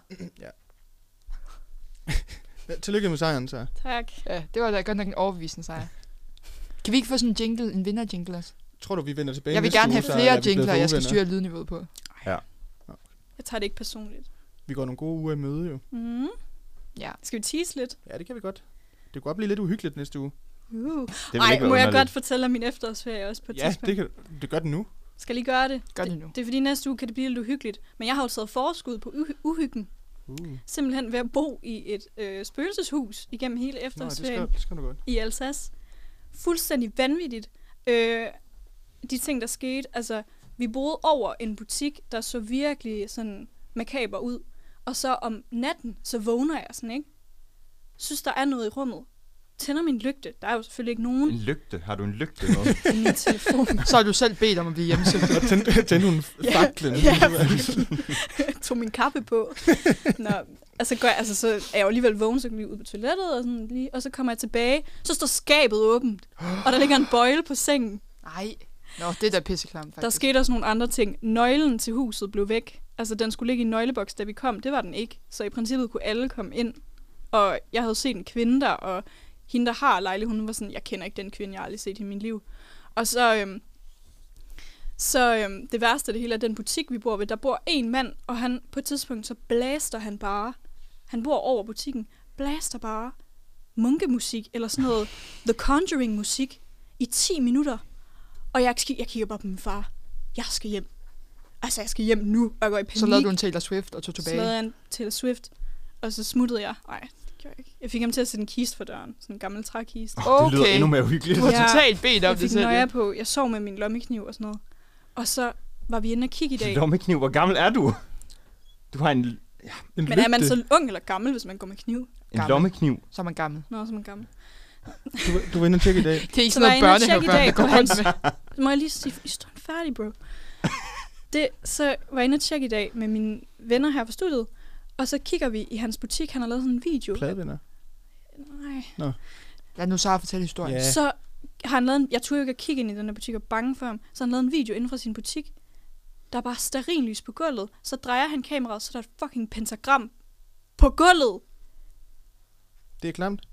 Ja, tillykke med sejren, så. Tak. Ja, det var da godt nok en overbevisende sejr. Kan vi ikke få sådan en jingle, en vinder-jingle også? Tror du, vi vender tilbage Jeg vil næste gerne uge, have så er flere vi blevet jingler, jeg skal uvenner? styre lydniveauet på. Jeg tager det ikke personligt. Vi går nogle gode uger i møde, jo. Mm. Ja. Skal vi tease lidt? Ja, det kan vi godt. Det kunne godt blive lidt uhyggeligt næste uge. Det vil Ej, ikke være må jeg underligt. godt fortælle om min efterårsferie også på et Ja, tidspunkt? det gør den nu. Skal I gøre det? Gør det nu. Det er fordi næste uge kan det blive lidt uhyggeligt. Men jeg har jo taget forskud på uhyggen. Simpelthen ved at bo i et spøgelseshus igennem hele Nå, det efterårsferien skal du godt. i Alsace. Fuldstændig vanvittigt. De ting, der skete. Altså, vi boede over en butik, der så virkelig sådan makaber ud. Og så om natten, så vågner jeg sådan, ikke? Synes, der er noget i rummet. Tænder min lygte. Der er jo selvfølgelig ikke nogen En lygte? Har du en lygte med? i min telefon. Så har du selv bedt om at blive hjemmesøgt. Og tændte hun faklen. Ja, tog min kappe på. Nå, altså, så er jeg jo alligevel vågen, så kan jeg ud på toilettet, og, sådan lige, og så kommer jeg tilbage. Så står skabet åbent, og der ligger en bøjle på sengen. Nej. Nå, det er da pisseklam, faktisk. Der skete også nogle andre ting. Nøglen til huset blev væk. Altså, den skulle ligge i en nøgleboks, da vi kom. Det var den ikke. Så i princippet kunne alle komme ind. Og jeg havde set en kvinde der, og hende, der har lejligheden, hun var sådan, jeg kender ikke den kvinde, jeg har aldrig set i mit liv. Og så det værste af det hele er den butik, vi bor ved. Der bor en mand, og han på et tidspunkt, så blæster han bare. Han bor over butikken. Blæster bare munkemusik, eller sådan noget The Conjuring-musik, i 10 minutter. Og jeg kigger bare på min far. Jeg skal hjem. Altså, jeg skal hjem nu, og jeg går i panik. Så lavede du en Taylor Swift og tog Så tilbage. lavede jeg en Taylor Swift, og så smuttede jeg. Nej, det gjorde jeg ikke. Jeg fik ham til at sætte en kiste for døren. Sådan en gammel trækiste. Det lyder endnu mere uhyggeligt. Du har Ja. totalt bedt om Jeg det fik selv. nøje på. Jeg sov med min lommekniv og sådan noget. Og så var vi inde og kigge i dag. Lommekniv, hvor gammel er du? Du har en Men er man så ung eller gammel, hvis man går med kniv? Gammel. lommekniv. Så er man gammel. Nå, så er man gammel. Du var inde og tjekke i dag. Det er ikke Så sådan var noget jeg inde og tjekke i børnehavebørn, der dag går på rundt med. Så må jeg lige sige, I står færdig, bro. Så var jeg inde og tjekke i dag med mine venner her fra studiet. Og så kigger vi i hans butik. Han har lavet sådan en video. Pladevinder. Nej. Lad nu Sara fortælle historien. Ja. Så har han lavet jeg turde jo ikke at kigge ind i den her butik og bange for ham. Så har han lavet en video inden for sin butik. Der er bare stearinlys på gulvet. Så drejer han kameraet, så der er et fucking pentagram på gulvet. Det er klamt.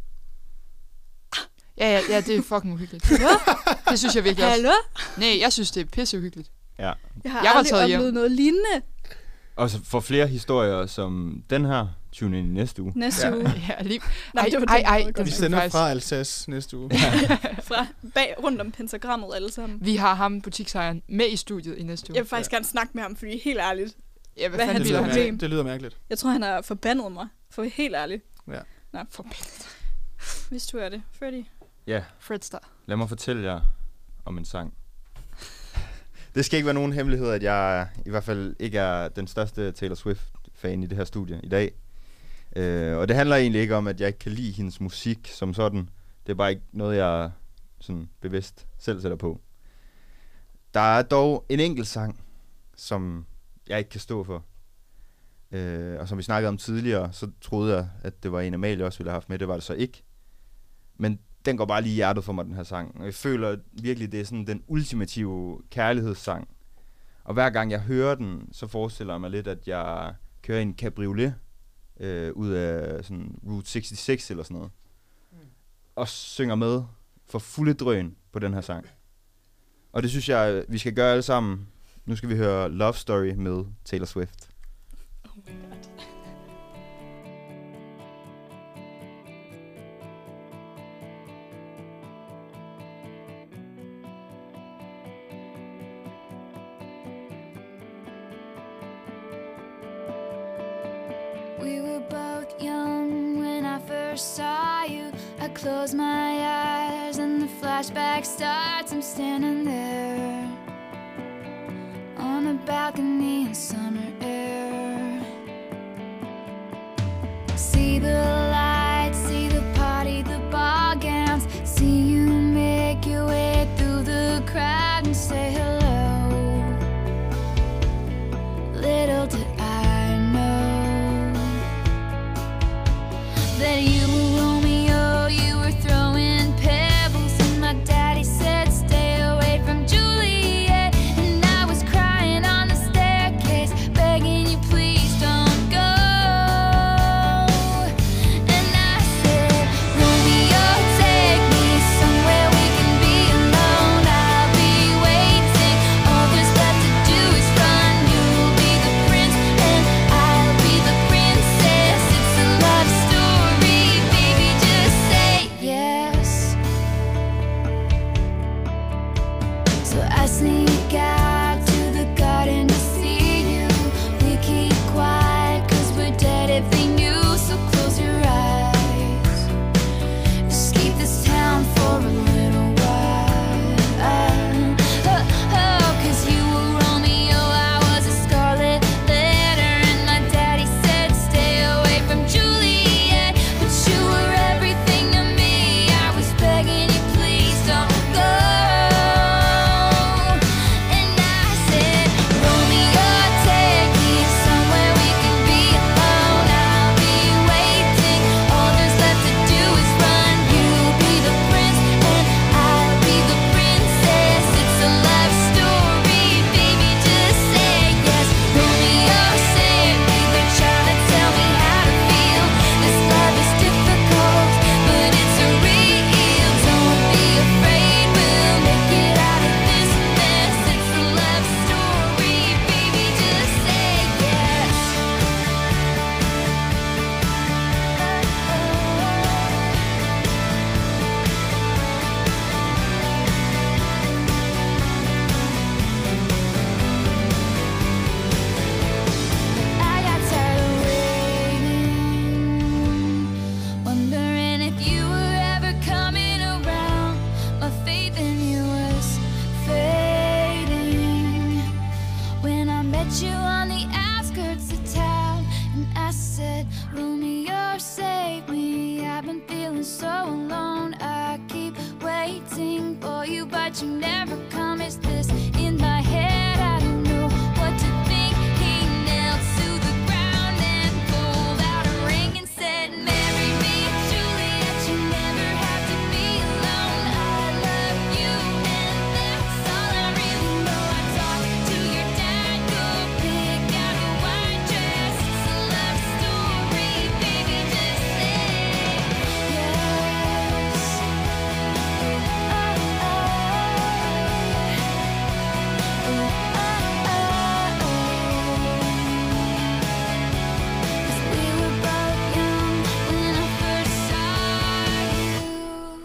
Ja, det er fucking uhyggeligt. Det synes jeg virkelig også. Hallo? Nej, jeg synes, det er pisseuhyggeligt. Ja. Jeg har Jeg var aldrig taget hjem. oplevet noget lignende Og så for flere historier som den her, tune ind i næste uge. næste uge. Ja, lige. Nej, det var Ej, det. den Vi skal sender faktisk- fra Alsace næste uge. Fra rundt om pentagrammet alle sammen. Vi har ham, butiksejeren, med i studiet i næste uge. Jeg vil faktisk gerne snakke med ham, fordi helt ærligt. Ja, hvad fanden han vil siger. han? problem? Det lyder mærkeligt. Jeg tror, han har forbandet mig. For helt ærligt. Ja. Nå, forbandet. Hvis du er det. Freddy. Ja, Fredstar. lad mig fortælle jer om en sang. Det skal ikke være nogen hemmelighed, at jeg i hvert fald ikke er den største Taylor Swift-fan i det her studie i dag. Og det handler egentlig ikke om, at jeg ikke kan lide hendes musik som sådan. Det er bare ikke noget, jeg sådan bevidst selv sætter på. Der er dog en enkelt sang, som jeg ikke kan stå for. Og som vi snakkede om tidligere, så troede jeg, at det var en Amalie også ville have haft med. Det var det så ikke. Men den går bare lige i hjertet for mig, den her sang. Og jeg føler virkelig, det er sådan den ultimative kærlighedssang. Og hver gang jeg hører den, så forestiller jeg mig lidt, at jeg kører i en cabriolet ud af sådan Route 66 eller sådan noget. Og synger med for fulde drøn på den her sang. Og det synes jeg, vi skal gøre alle sammen. Nu skal vi høre Love Story med Taylor Swift. We were both young when I first saw you. I close my eyes and the flashback starts. I'm standing there on a balcony in summer air. See the lights, see the party, the ball gowns. See you make your way through the crowd and say hello. Little did I know that you were Romeo, you were throwing pebbles, and my daddy said stay away from Juliet. but you never come. Is this in my head? I don't know what to think. He knelt to the ground and pulled out a ring and said, marry me, Juliet, you never have to be alone. I love you and that's all I really know. I talked to your dad, go pick out a white dress. It's a love story, baby, just say yes. Cause we were both young when I first saw you.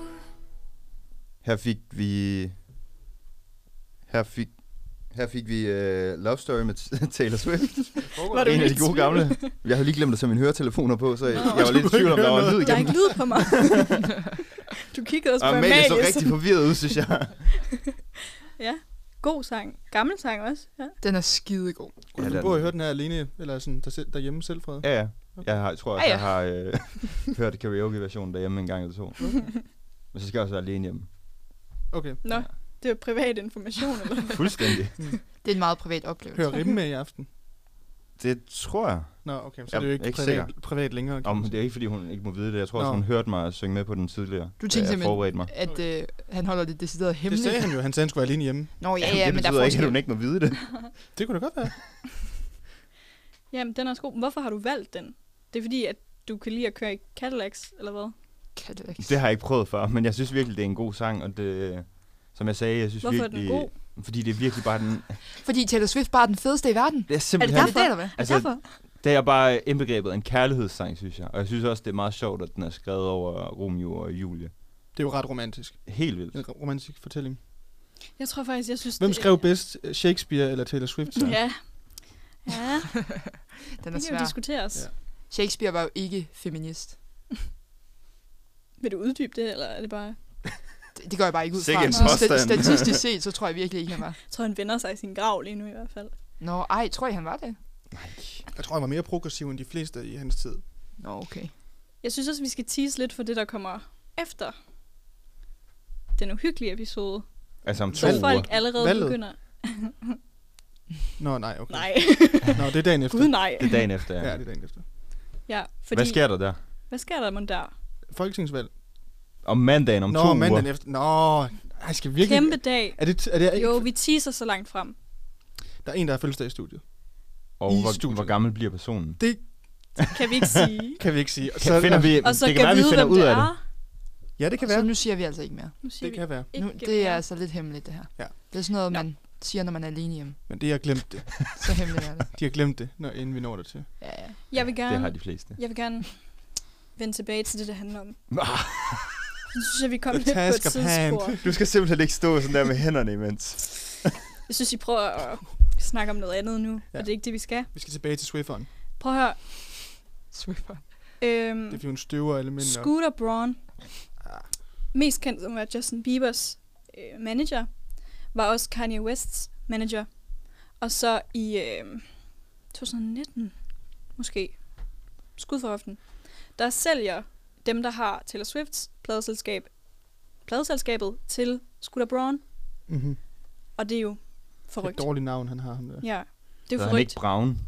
Her fik vi Love Story med Taylor Swift. Var du En af de i gode tvivl? gamle. Jeg havde lige glemt at tage mine høretelefoner på, så jeg var lidt i tvivl om, der var en lyd Der er igennem. ikke lyd på mig. Du kiggede også på Og mig Amalie så magisk. rigtig forvirret ud, synes jeg. Ja, god sang. Gammel sang også. Ja. Den er skidegod. Kunne du Ja, finde den- på at høre den her alene, eller sådan derhjemme selv, Fred? Ja, ja. Jeg tror også, Ja, jeg har hørt karaoke-versionen derhjemme en gang eller to. Men så skal jeg også være alene hjemme. Okay. Nå, det er privat information, eller? Fuldstændig. Det er en meget privat oplevelse. Hører Rimme med i aften? Det tror jeg. Nå, okay. Så Jeg er det jo er ikke ikke privat længere. kan man Det sige. er ikke, fordi hun ikke må vide det. Jeg tror også, Nå. hun hørte mig synge med på den tidligere. Du da tænkte jeg forberedte mig. simpelthen, at han holder det decideret Det hemmeligt. sagde han jo. Han sagde, han skulle være alene hjemme. Nå, ja, det men der betyder er ikke, at forskel. hun ikke må vide det. Det kunne da godt være. Jamen, den er også god. Hvorfor har du valgt den? Det er fordi, at du kan lide at køre i Cadillacs, eller hvad? Cadillacs. Det har jeg ikke prøvet før, men jeg synes virkelig, det er en god sang. Og det, som jeg sagde, jeg synes Hvorfor er den virkelig... god? Fordi det er virkelig bare den... Fordi Taylor Swift bare er den fedeste i verden. Det er Er det simpelthen... derfor? Eller hvad? Altså, Derfor? det er bare indbegrebet af en kærlighedssang, synes jeg. Og jeg synes også, det er meget sjovt, at den er skrevet over Romeo og Julie. Det er jo ret romantisk. Helt vildt. En romantisk fortælling. Jeg tror faktisk, jeg synes... Hvem det- skrev bedst? Shakespeare eller Taylor Swift? Så? Ja. Ja, Den er det kan jo svær. diskuteres. Ja. Shakespeare var jo ikke feminist. Vil du uddybe det, eller er det bare... Det går jeg bare ikke ud Sikke fra. en Sådan påstand. Statistisk set, så tror jeg virkelig ikke, han var. Jeg tror, han vender sig i sin grav lige nu i hvert fald. Nå, ej, tror jeg, han var det? Jeg tror, han var mere progressiv end de fleste i hans tid. Nå, okay. Jeg synes også, vi skal tease lidt for det, der kommer efter den uhyggelige episode. Altså om 2 Så uger. folk allerede Valget. begynder... Nå, nej, okay. Nej. Nå, det er dagen efter. Gud nej. Det er dagen efter, Ja, ja. det er dagen efter. Ja, fordi... Hvad sker der der? Hvad sker der mon der? Folketingsvalg. Om mandagen om 2 uger. mandagen efter. Nå, jeg skal virkelig... Kæmpe dag. Er det ikke... Jo, vi teaser så langt frem. Der er en, der har fødselsdag i studiet. Og I hvor studiet. gammel bliver personen? Det Kan vi ikke sige. kan vi ikke sige. Kan, finder vi, Og så det kan kan være, vi vi vide, finder hvem ud det af det. er. Ja, det kan Så være. nu siger vi altså ikke mere. Nu siger Det kan være. vi Nu, ikke det er mere. altså lidt hemmeligt, det her. Ja. Det er sådan noget, man siger, når man er alene hjemme. Men det har glemt det. Så hemmeligt er det. De har glemt det, inden vi når det til. Ja, ja. Jeg vil Det har gerne, de fleste. jeg vil gerne vende tilbage til det handler om. Nu synes jeg, vi kom The lidt på et task of hand. tidsspor. Du skal simpelthen ikke stå sådan der med hænderne imens. Jeg synes, I prøver at snakke om noget andet nu, Ja. og det er ikke det, vi skal. Vi skal tilbage til Swifteren. Prøv at høre. Swiffer. Det er fordi, hun støver alle mænd. Scooter Braun, mest kendt som var Justin Biebers manager, var også Kanye Wests manager. Og så i 2019, måske, skud for hoften, der sælger dem, der har Taylor Swifts pladeselskabet til Scooter Braun. Mm-hmm. Og det er jo Det er forrygt. et dårligt navn, han har. Ham der. Ja, det er Så jo er han ikke forrygt. Brown.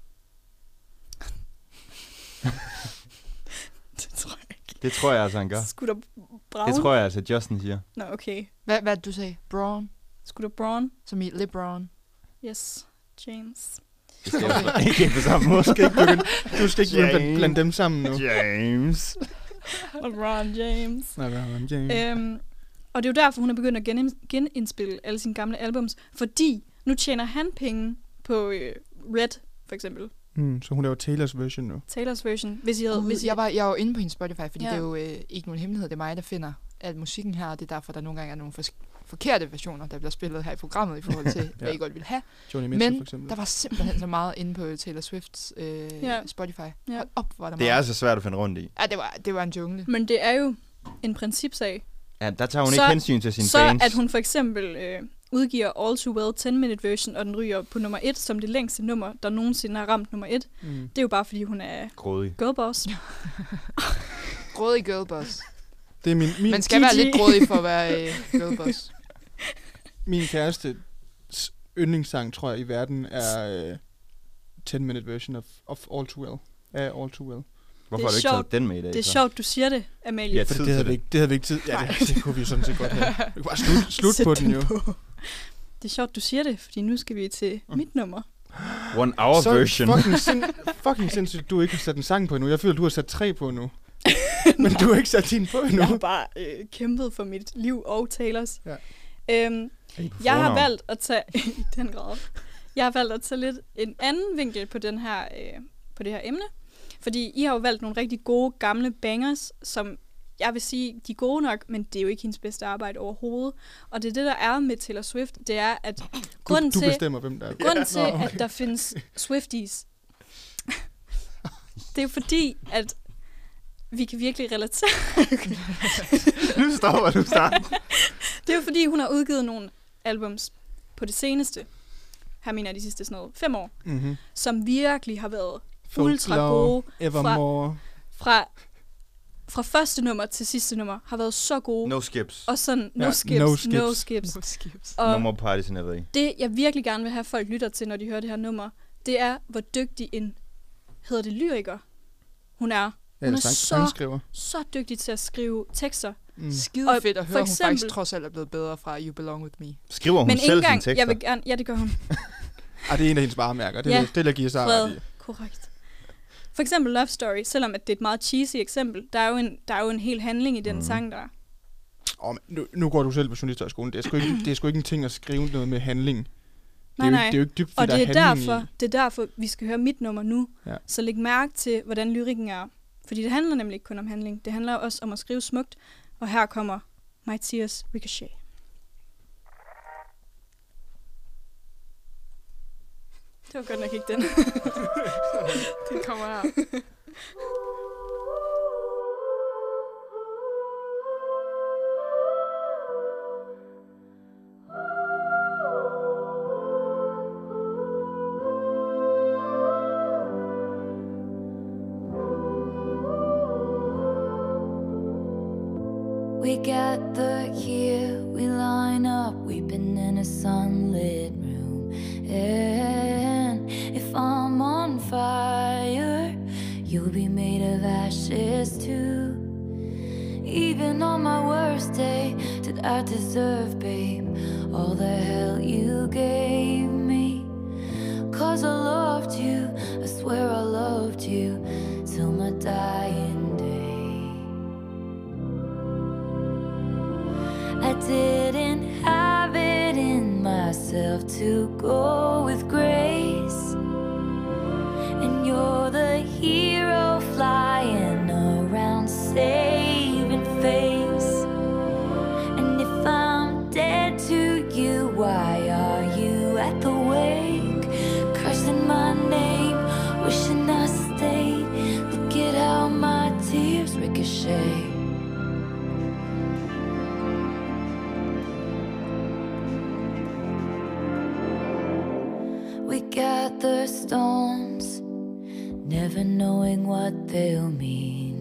Det tror jeg ikke. Det tror jeg altså, han gør. Scooter Braun? Det tror jeg altså, Justin siger. Nå, okay. Hvad er det, du sagde? Braun? Scooter Braun? Som i LeBron? Yes. James. Det skal jeg ikke på samme måde. Du skal ikke begynde James. blande dem sammen nu. James. LeBron James. Nej, hvad har man? James. Og det er jo derfor, hun er begyndt at genindspille alle sine gamle albums. Fordi nu tjener han penge på Red, for eksempel. Så hun laver Taylors version nu. Taylors version. Hvis I havde... Gud, Hvis I, jeg var jo inde på hendes Spotify, fordi Ja. det er jo ikke nogen hemmelighed. Det er mig, der finder al musikken her, og det er derfor, der nogle gange er nogle forkerte versioner, der bliver spillet her i programmet i forhold til, hvad I godt vil have. Joni Mitchell Men for eksempel. der var simpelthen så meget inde på Taylor Swifts Spotify. Ja. Hold op, hvor der Det er meget. altså svært at finde rundt i. Ja, det var en jungle. men det er jo en principsag. Ja, der tager hun Så- ikke hensyn til sine Så fans. at hun for eksempel udgiver All Too Well 10-minute version, og den ryger på nummer 1 som det længste nummer, der nogensinde har ramt nummer 1. Mm. Det er jo bare, fordi hun er Grådig. girlboss. Grådig girlboss. Det er min Man skal GG. være lidt grådig for at være girlboss. Min kæreste yndlingssang, tror jeg, i verden er 10-minute version of All Too Well. Af All Too Well. Hvorfor har du ikke taget den med i dag? Det er så? sjovt, du siger det, Amalie. Ja, For tid det havde, til det havde vi ikke tid. Ja, det kunne vi jo sådan set godt have. Vi kunne bare slut på den jo. Det er sjovt, du siger det, fordi nu skal vi til mit nummer. 1 hour Så version. fucking sindssygt, du ikke har sat en sang på endnu. Jeg føler, du har sat 3 på nu. Men du har ikke sat din på endnu. Jeg har bare kæmpet for mit liv og Taylors. Ja. Jeg har valgt at tage i den grad. Jeg har valgt at tage lidt en anden vinkel på den her på det her emne, fordi I har jo valgt nogle rigtig gode gamle bangers, som jeg vil sige, de er gode nok, men det er jo ikke hendes bedste arbejde overhovedet. Og det er det, der er med Taylor Swift, det er, at grunden Du til, bestemmer, hvem der er. grunden til at der findes Swifties, det er jo fordi, at vi kan virkelig relatere. Nu stopper du snart. Det er jo fordi, hun har udgivet nogle albums på det seneste, her mener jeg de sidste sådan noget, 5 år, Mm-hmm. som virkelig har været ultra gode. Evermore. Fra første nummer til sidste nummer har været så gode. No skips. Og sådan, Ja, no skips. no skips. No skips. Og No more parties and everything. det, jeg virkelig gerne vil have, folk lytter til, når de hører det her nummer, det er, hvor dygtig en, hedder det lyriker, hun er. Ja, Hun er sangskriver. så dygtig til at skrive tekster. Skide Og fedt at for høre, hun faktisk eksempel- trods alt er blevet bedre fra You Belong With Me. Skriver hun Men selv ikke sine engang, tekster? jeg vil gerne, ja, det gør hun. Det er en af hendes varemærker. Det, Ja. det vil jeg give sig ret i. Korrekt. For eksempel Love Story, selvom at det er et meget cheesy eksempel, der er jo en hel handling i den sang, der er. Nu går du selv på journalisterskolen. Det er sgu ikke en ting at skrive noget med handling. Nej. Det er jo ikke dybt, Og fordi det der er, er handling derfor, i. det er derfor, vi skal høre mit nummer nu. Ja. Så læg mærke til, hvordan lyrikken er. Fordi det handler nemlig ikke kun om handling. Det handler også om at skrive smukt. Og her kommer My Tears Ricochet. Det var godt nok ikke den. Det kommer her. We gather here, we line up, weeping in a sunlit room. And if I'm on fire, you'll be made of ashes too. Even on my worst day, did I deserve, babe, all the hell you gave me? 'Cause I loved you, I swear I loved you, till my dying day. I didn't have it in myself to go with grace. And you're the hero flying around saving face. And if I'm dead to you, why are you at the wake? Cursing my name, wishing I stayed. Look at how my tears ricochet. We gather stones, never knowing what they'll mean.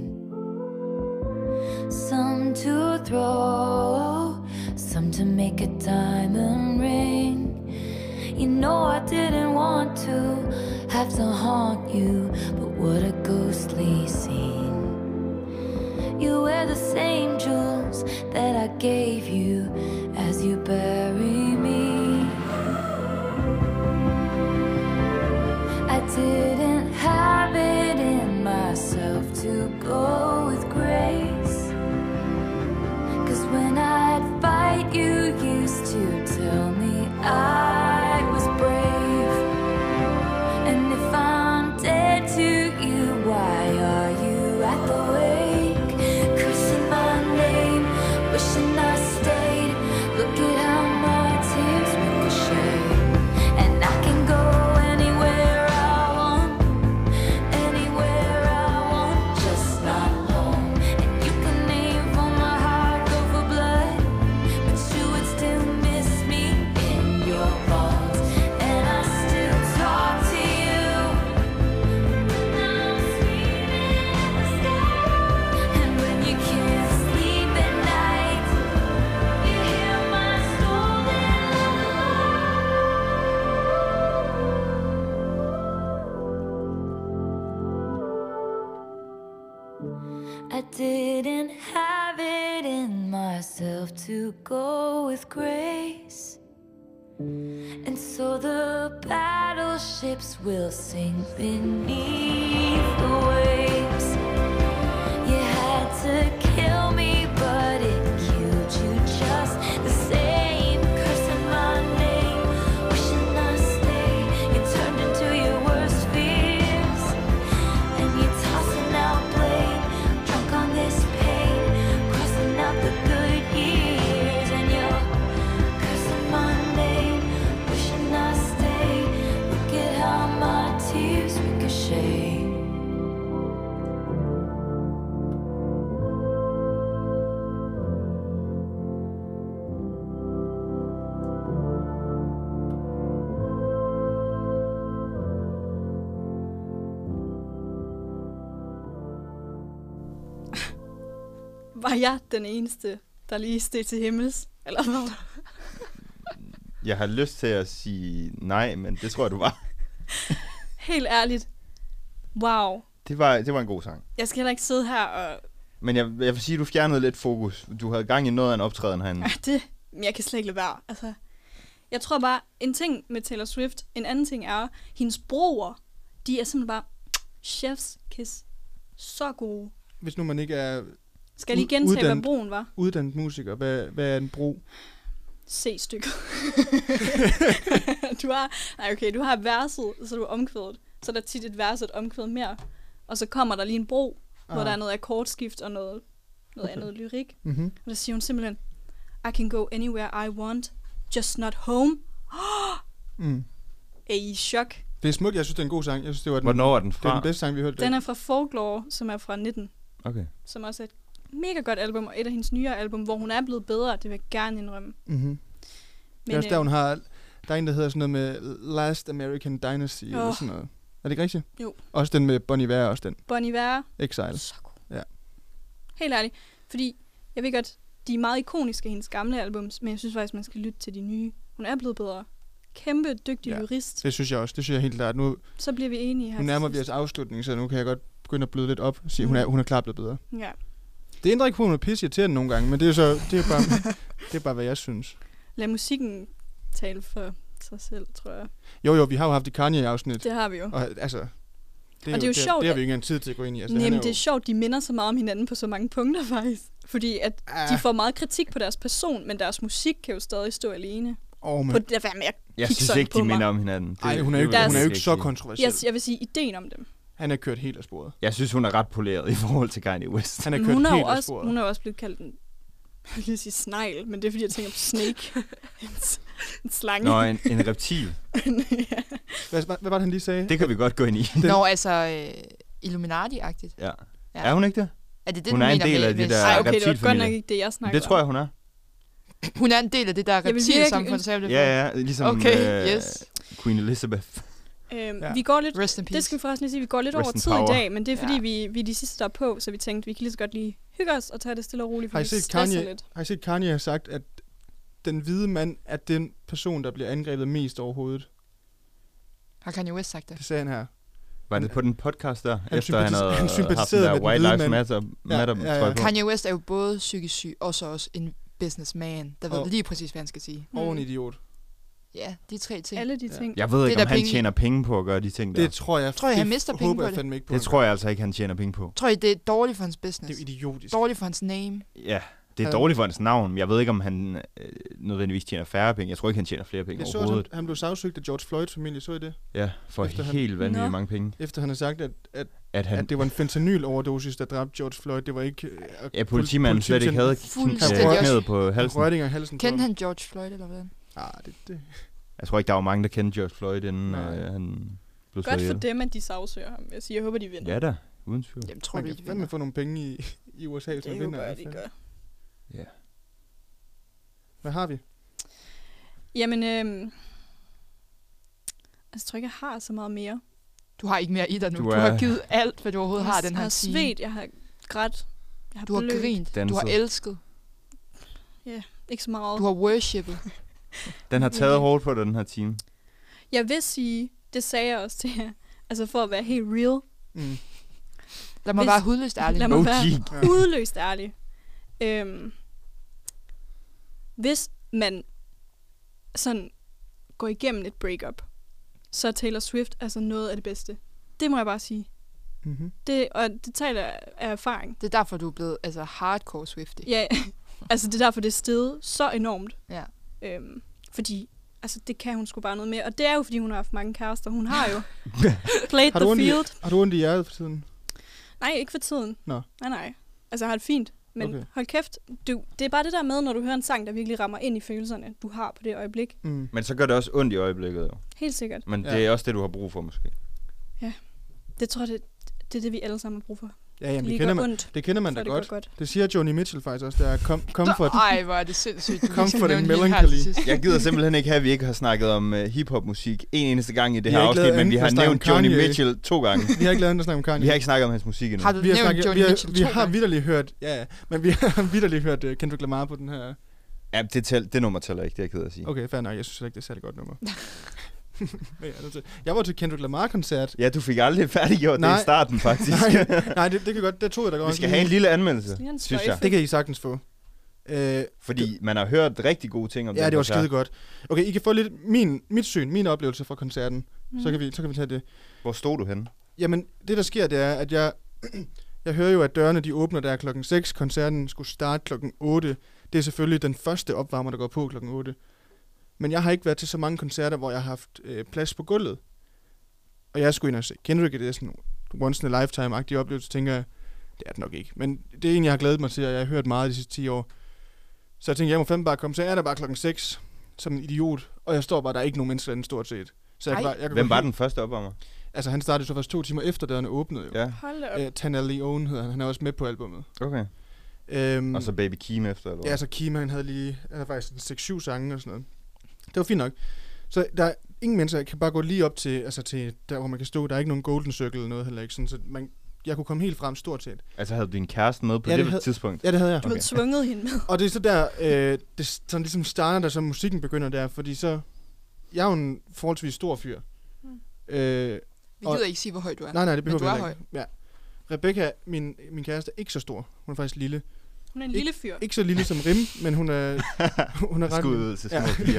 Some to throw, some to make a diamond ring. You know I didn't want to have to haunt you, but what a ghostly scene. You wear the same jewels that I gave you as you bury me. I didn't have it in myself to go with grace. 'Cause when I'd fight, you used to tell me I was brave. And if I'm dead to you, I didn't have it in myself to go with grace. And so the battleships will sink beneath the waves. You had to kill me, but it killed you just the same. Cursing my name, wishing I stayed. You turned into your worst fears, and you're tossing out blame, drunk on this pain, crossing out the good years, and you're cursing my name, wishing I stayed. Look at how my tears ricochet. Var jeg den eneste, der lige steg til himmels? Eller hvad? Jeg har lyst til at sige nej, men det tror jeg, du var. Helt ærligt. Wow. Det var en god sang. Jeg skal heller ikke sidde her og... Men jeg vil sige, at du fjernede lidt fokus. Du havde gang i noget af en optræden herinde. Men jeg kan slet ikke lade være. Altså, jeg tror bare, en ting med Taylor Swift, en anden ting er, hendes broer, de er simpelthen bare chef's kiss. Så gode. Hvis nu man ikke er Skal jeg lige gentage, hvad broen var? uddannet musiker, hvad er en bro? C-stykket. Du har verset, så er du omkvædet. Så er der tit et vers og et omkvæd mere. Og så kommer der lige en bro, hvor der er noget akkordskift og noget andet lyrik. Mm-hmm. Og der siger hun simpelthen, I can go anywhere I want, just not home. Er I i chok? Det er smukt, jeg synes, det er en god sang. Jeg synes, det var Hvornår er den det er fra? den bedste sang, vi har hørt. Den er fra Folklore, som er fra 19. Okay. Som også er et mega godt album, og et af hendes nyere album, hvor hun er blevet bedre, det vil jeg gerne indrømme. Mm-hmm. Det er også der, hun har... Der er en, der hedder sådan noget med Last American Dynasty, eller sådan noget. Er det ikke rigtigt? Jo. Også den med Bon Iver, også den. Bon Iver. Exile. Så god. Ja. Helt ærligt. Fordi, jeg ved godt, de er meget ikoniske, hendes gamle albums, men jeg synes faktisk, man skal lytte til de nye. Hun er blevet bedre. Kæmpe dygtig lyrist. Det synes jeg også. Det synes jeg helt klart. Nu, så bliver vi enige her. Nu nærmer vi os afslutning, så nu kan jeg godt begynde at bløde lidt op og sige, hun er klart blevet bedre. Ja. Det ændrer ikke på, at hun er pisseirriterende nogle gange, men det er bare, hvad jeg synes. Lad musikken tale for sig selv, tror jeg. Jo, vi har jo haft i Kanye-afsnit. Det har vi jo. Og altså, det er jo sjovt. Det har vi ikke engang tid til at gå ind i. Altså, jamen, det er sjovt, de minder så meget om hinanden på så mange punkter, faktisk. Fordi at de får meget kritik på deres person, men deres musik kan jo stadig stå alene. Men på det med at jeg synes ikke, de minder om hinanden. Nej, hun er jo ikke så kontroversiel. Jeg vil sige, ideen om dem. Han er kørt helt af sporet. Jeg synes, hun er ret poleret i forhold til Kanye West. Han er kørt helt af sporet. Hun er også blevet kaldt en... Jeg vil lige sige snegl, men det er fordi, jeg tænker på snake. en slange. Nå, en reptil. Ja. Hvad var det, han lige sagde? Det kan vi godt gå ind i. Nå, altså Illuminati-agtigt. Ja. Er hun ikke det? Er det hun er en del af det der reptilfamilie? Okay, det var godt nok ikke det, jeg snakker om. Det tror jeg, hun er. Hun er en del af det der reptilsamfund. Ja, ligesom Queen Elizabeth. Vi går lidt, det skal vi forresten lige sige, vi går lidt over tid i dag, men det er fordi, vi er de sidste, der er på, så vi tænkte, vi kan lige så godt lige hygge os og tage det stille og roligt, for vi stresser lidt. Har I set, Kanye har sagt, at den hvide mand er den person, der bliver angrebet mest overhovedet? Har Kanye West sagt det? Det sagde han her. Var det på den podcast der? Han efter han havde haft den der White Lives Matter. Kanye West er jo både psykisk syg, og så også en businessman, der ved lige præcis, hvad han skal sige. Og en idiot. Ja, de tre ting. Alle de ting. Jeg ved ikke, om han tjener penge på at gøre de ting der. Det tror jeg. Han mister penge på det. Ikke på det tror jeg altså ikke, han tjener penge på. Tror jeg, det er dårligt for hans business. Det er idiotisk. Dårligt for hans name. Ja, det er dårligt for hans navn. Jeg ved ikke, om han nødvendigvis tjener færre penge. Jeg tror ikke, han tjener flere penge overhovedet. Han blev sagsøgt af George Floyds familie, så I det? Ja, for helt vanvittigt mange penge. Efter han har sagt, at det var en fentanyl-overdosis, der dræbte George Floyd. Det var ikke... Politimanden slet ikke havde knæet på halsen. Rørding af halsen. Kendte han George Floyd, eller hvad? Det. Jeg tror ikke, der var mange, der kendte George Floyd, inden han blev slået ihjel. Godt for dem, at de sagsøger ham. Jeg håber, de vinder. Ja da, uden tvivl. Jamen, tror man kan fandme få nogle penge i USA, hvis man vinder. Det gør. Ja. Hvad har vi? Jamen, jeg tror ikke, jeg har så meget mere. Du har ikke mere i dig nu. Du har givet alt, hvad du overhovedet har den her time. Jeg har svedt, jeg har grædt, jeg har Du har grint, du har elsket. Ja, ikke så meget. Du har worshippet. Den har taget hårdt på dig, den her time. Jeg vil sige, det sagde jeg også til jer, altså for at være helt real, Der må Hvis- være hudløst ærlig. Lad mig OG. være hudløst ærlig. Hvis man sådan går igennem et breakup, så er Taylor Swift altså noget af det bedste. Det må jeg bare sige. Mm-hmm. Og det taler af erfaring. Det er derfor, du er blevet hardcore Swifty. Ja, altså det er derfor, det er steget så enormt. Ja. Fordi altså, det kan hun sgu bare noget med. Og det er jo, fordi hun har haft mange kærester. Hun har jo played Har du the ondt i- field. Har du ondt i hjertet for tiden? Nej, ikke for tiden. Nå. Nej. Altså, jeg har det fint. Men Okay. hold kæft, det er bare det der med, når du hører en sang, der virkelig rammer ind i følelserne, du har på det øjeblik. Mm. Men så gør det også ondt i øjeblikket, jo. Helt sikkert. Men Ja. det er også det, du har brug for, måske. Det tror jeg, det er det, vi alle sammen har brug for. Ja, jamen, Lige det kender gør man, ondt, det kender man før da det går godt. godt. Det siger Joni Mitchell faktisk også. Der er comfort. Ej, hvor er det sindssygt. Du Comfort lige and nævnte hende her melancholy. til sidst. Jeg gider simpelthen ikke have, at vi ikke har snakket om hiphop-musik en eneste gang i det Vi her har ikke lavet afsnit, men vi andet har end at snakke nævnt om Joni Kanye. Mitchell 2 gange. Vi har ikke lavet andet snak om Kanye. Vi har ikke snakket om hans musik endnu. Har du Vi har, nævnt snakket, Joni vi har, Mitchell vi 2 har gange? vitterligt hørt, men vi har vitterligt hørt Kendrick Lamar på den her. Ja, det nummer tæller ikke, det er jeg ked af at sige. Okay, fair nok. Jeg synes ikke, det er et særlig godt nummer. Men jeg var til Kendrick Lamar-koncert. Ja, du fik aldrig færdiggjort det Nej. i starten, faktisk. Nej, det kan godt. Det tog jeg da godt. Vi skal have en lille anmeldelse, Lige en synes jeg. sløjfe. Det kan I sagtens få. Fordi man har hørt rigtig gode ting om Ja, den det var koncert. skide godt. Okay, I kan få lidt min oplevelse fra koncerten. Så kan vi tage det. Hvor stod du henne? Jamen, det der sker, det er, at jeg hører jo, at dørene de åbner der klokken 6. Koncerten skulle starte klokken 8. Det er selvfølgelig den første opvarmer, der går på klokken 8. Men jeg har ikke været til så mange koncerter, hvor jeg har haft plads på gulvet. Og jeg skulle ind og se Kendrick, det er sådan once in a lifetime-agtig oplevelse, tænker jeg, det er det nok ikke. Men det er en, jeg har glædet mig til, og jeg har hørt meget de sidste 10 år. Så jeg tænkte, jeg må fandme bare komme. Så jeg er der bare klokken 6, som en idiot. Og jeg står bare, der er ikke nogen mennesker derinde stort set. Så jeg kan Ej. bare, jeg kan Hvem gå var helt- den første opvarmer? Altså, han startede så først 2 timer efter, dørene åbnede jo. Ja, Hold da op. Tana Leone hedder han. Han er også med på albummet. okay. Og så Baby Keem efter, eller hvad? Ja, så Kima, han havde faktisk en 6-7 sange og sådan noget. Det var fint nok. Så der er ingen mennesker, jeg kan bare gå lige op til, altså til der, hvor man kan stå. Der er ikke nogen golden circle eller noget heller ikke. Sådan, så jeg kunne komme helt frem stort set. Altså havde du din kæreste med på Ja, det det havde- tidspunkt? Ja, det havde jeg. Du havde tvunget hende med. Og det er så der, det sådan ligesom starter der, så musikken begynder der. Fordi så, jeg er jo en forholdsvis stor fyr. Vi Og- gider ikke sige, hvor høj du er. Nej, det Men behøver du vi er heller ikke. Ja. Rebecca, min kæreste, er ikke så stor. Hun er faktisk lille. Hun er en lille fyr. Ikke så lille som Rim, men hun er ret Skud lille. ud til små Ja. piger.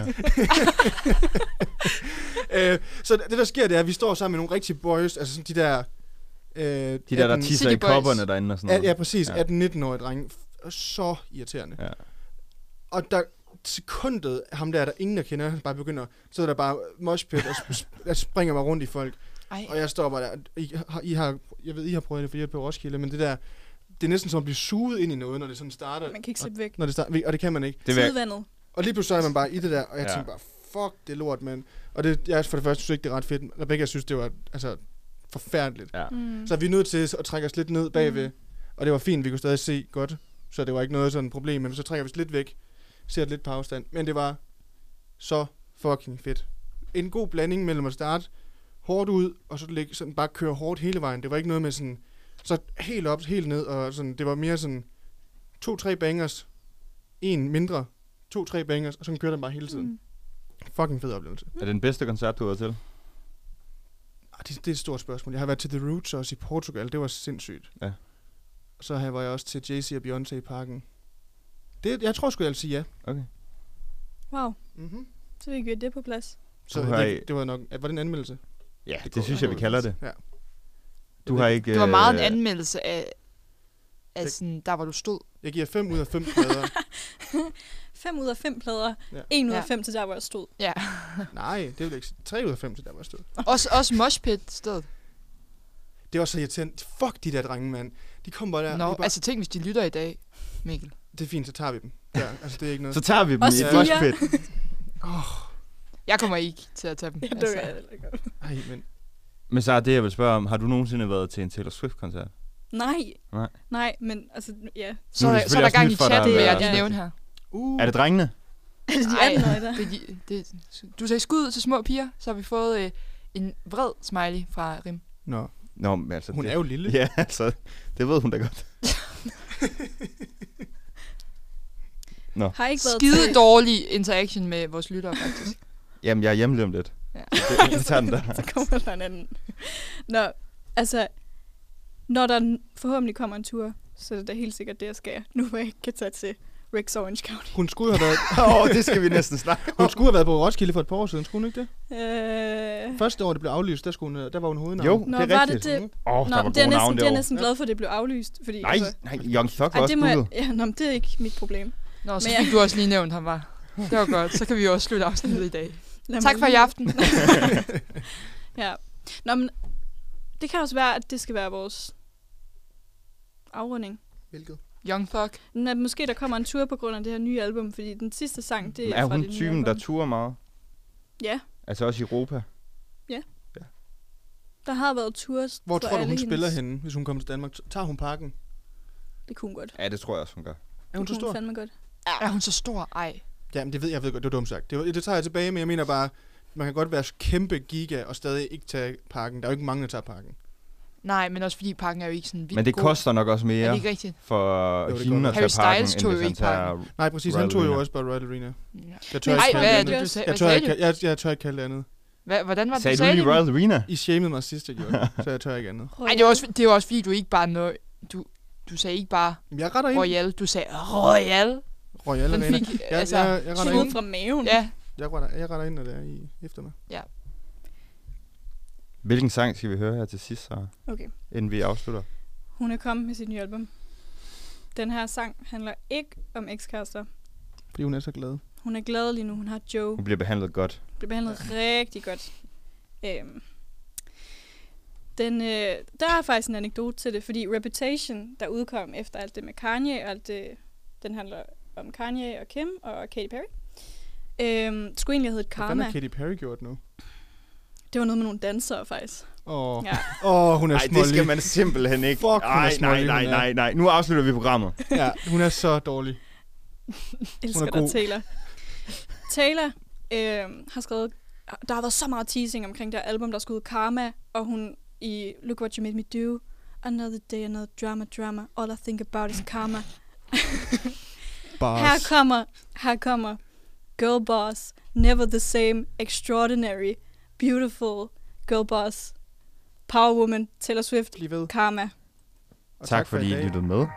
Så det der sker, det er, at vi står sammen med nogle rigtige boys, altså sådan de der... De der tisser i City Boys. kopperne derinde og sådan Ja, noget. ja, præcis. Ja. 18-19-årige drenge. Så irriterende. Ja. Og der sekundet, ham der ingen der kender, han bare begynder, så er der bare moshpit, og der springer mig rundt i folk. Ej. Og jeg står bare der. Jeg ved, I har prøvet det, for jeg er på Roskilde, men det der, det er næsten som at blive suget ind i noget, når det sådan starter. Man kan ikke slippe væk. Når det starter, og det kan man ikke. Det vil jeg, Tidevandet. Og lige pludselig så er man bare i det der, og jeg Ja. tænker bare, fuck, det er lort, mand. Og det, jeg for det første synes ikke, det er ret fedt. Rebecca synes, det var altså forfærdeligt. ja. Mm. Så er vi nødt til at trække os lidt ned bagved. Og det var fint, vi kunne stadig se godt. Så det var ikke noget sådan et problem, men så trækker vi os lidt væk. Ser det lidt på afstand. Men det var så fucking fedt. En god blanding mellem at starte hårdt ud, og så ligge, sådan bare køre hårdt hele vejen. Det var ikke noget med sådan, så helt op, helt ned, og sådan, det var mere sådan 2-3 bangers, en mindre, 2-3 bangers, og så kørte den bare hele tiden. Fucking fed oplevelse. Er det den bedste koncert, du har været til? Det er et stort spørgsmål. Jeg har været til The Roots også i Portugal. Det var sindssygt. Ja. Og så var jeg også til Jay-Z og Beyoncé i parken. Jeg tror sgu, jeg vil sige ja. Okay. Wow, Mm-hmm. så fik vi det på plads. Så Du har det var nok... Var det en anmeldelse? Ja, det går- synes jeg, vi kalder det. Ja. Du har ikke... Det var meget en anmeldelse af sådan, der hvor du stod. Jeg giver 5 ud af 5 plader. 5 ud af 5 plader. Ja. 1 ud af Ja. 5 til der, hvor jeg stod. Ja. Nej, det vil jeg ikke sige. 3 ud af 5 til der, hvor jeg stod. Også moshpit stedet. Det var så irriterende. Fuck de der drenge, mand. De kom bare der. Nå, de bare, altså tænk, hvis de lytter i dag, Mikkel. det er fint, så tager vi dem. Ja, altså det er ikke noget. Så tager vi dem Også i et fire. moshpit. Jeg kommer ikke til at tage dem. Ja, det var jeg heller ikke. Ej, men... Men så er det, jeg vil spørge om, har du nogensinde været til en Taylor Swift-koncert? Nej. Nej. Men altså, ja. Så Nu er er det der gang i selvfølgelig også nyt for chatten, dig, vil jeg at lige være- nævne her. Er det drengene? Altså, de Ej. 18-årige der. Du sagde skud ud til små piger, så har vi fået en vred smiley fra Rim. Nå, Nå, men altså... hun det, er jo lille. Ja, altså, det ved hun da godt. Har ikke været Skide til... dårlig interaction med vores lyttere, faktisk. Jamen, jeg er hjemme lige om lidt. Ja. Det tager den der. Så kommer der en anden. Nå, altså... når der forhåbentlig kommer en tur, så er det da helt sikkert det, jeg skal. Nu hvor jeg ikke kan tage til Rick's Orange County. Hun skulle have været, det skal vi næsten snakke om. hun skulle have været på Roskilde for et par år siden, skulle hun ikke det? Første år, det blev aflyst, der var hun hovednavn. Jo, Nå, det er var rigtigt. det? Der var det er gode navne det er derovre. næsten glad for, at det blev aflyst. Fordi, Nej, Young Thug var ej, også det må booket. det er ikke mit problem. Nå, så Men fik du også lige nævnt ham, var. Det var godt. Så kan vi jo også slutte afsnittet i dag. Lad Tak mig for i lige- aften. Ja. Nå, men det kan også være, at det skal være vores afrunding. Hvilket? Young Thug. Men at måske der kommer en tur på grund af det her nye album, fordi den sidste sang, det er, Er fra hun det nye typen, album. der turer meget? Ja, Altså også i Europa? der har været tours Hvor for tror du, alle hun spiller hendes- henne, hvis hun kommer til Danmark? Tager hun parken? Det kunne hun godt. Ja, det tror jeg også, hun gør. Er hun så Det kunne stor? fandme godt. Er hun så stor? Ej. Jamen, det ved jeg godt, det var dumt sagt. Det tager jeg tilbage, men jeg mener bare, man kan godt være kæmpe giga og stadig ikke tage parken. Der er jo ikke mange, der tager parken. Nej, men også fordi pakken er jo ikke sådan vildt Men det god. koster nok også Er det mere ikke rigtigt? for Jo, det hende gør at det. tage Harry parken, Styles tog end jo hvis han ikke tager... Nej, præcis. Royal Han tog jo Arena. også bare Royal Arena. Ja. Jeg tør Men ikke Ej, kalde hvad er det det, andet. du sagde? Jeg Hvad tør sagde ikke, du? jeg tør ikke kalde det andet. Hvordan var det, Sagde du du sagde lige det? Royal Arena? I shamede mig sidst, jeg gjorde det, så jeg tør ikke andet. Ej, det er også fordi, du ikke bare noget... Du sagde ikke bare Jeg retter ind. Royal, du sagde Royal. Royal Den Arena. fik, Jeg altså... retter Skud ind. fra maven. Ja, Jeg retter ind, når det er i eftermiddag. Hvilken sang skal vi høre her til sidst, så, Okay. inden vi afslutter? Hun er kommet med sit nye album. Den her sang handler ikke om ekskærester. Fordi hun er så glad. Hun er glad lige nu. Hun har Joe. Hun bliver behandlet godt. Bliver behandlet rigtig godt. Der er faktisk en anekdote til det, fordi Reputation, der udkom efter alt det med Kanye, og alt det, den handler om Kanye og Kim og Katy Perry, skulle egentlig have heddet Hvad Karma. har Katy Perry gjort nu? Det var noget med nogle dansere, faktisk. Ja. Hun er Nej, smålig. det skal man simpelthen ikke. Fuck, hun er smålig, hun er. Nej. Nu afslutter vi programmet. Ja, hun er så dårlig. Elsker dig, god. Taylor. Taylor har skrevet... Der har været så meget teasing omkring det her album, der skulle ud Karma, og hun i Look What You Made Me Do, Another Day, Another Drama, All I Think About Is Karma. Boss. Her kommer Girl Boss, Never the Same, Extraordinary, Beautiful, Girl Boss, Power Woman, Taylor Swift, Bliv ved. Karma. Og Tak fordi I dag. lyttede med.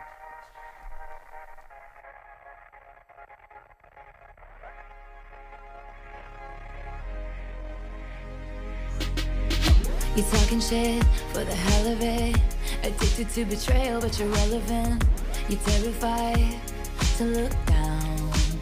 You talking shit for the hell of it. Addicted to betrayal, but you're relevant. You're terrified to look down.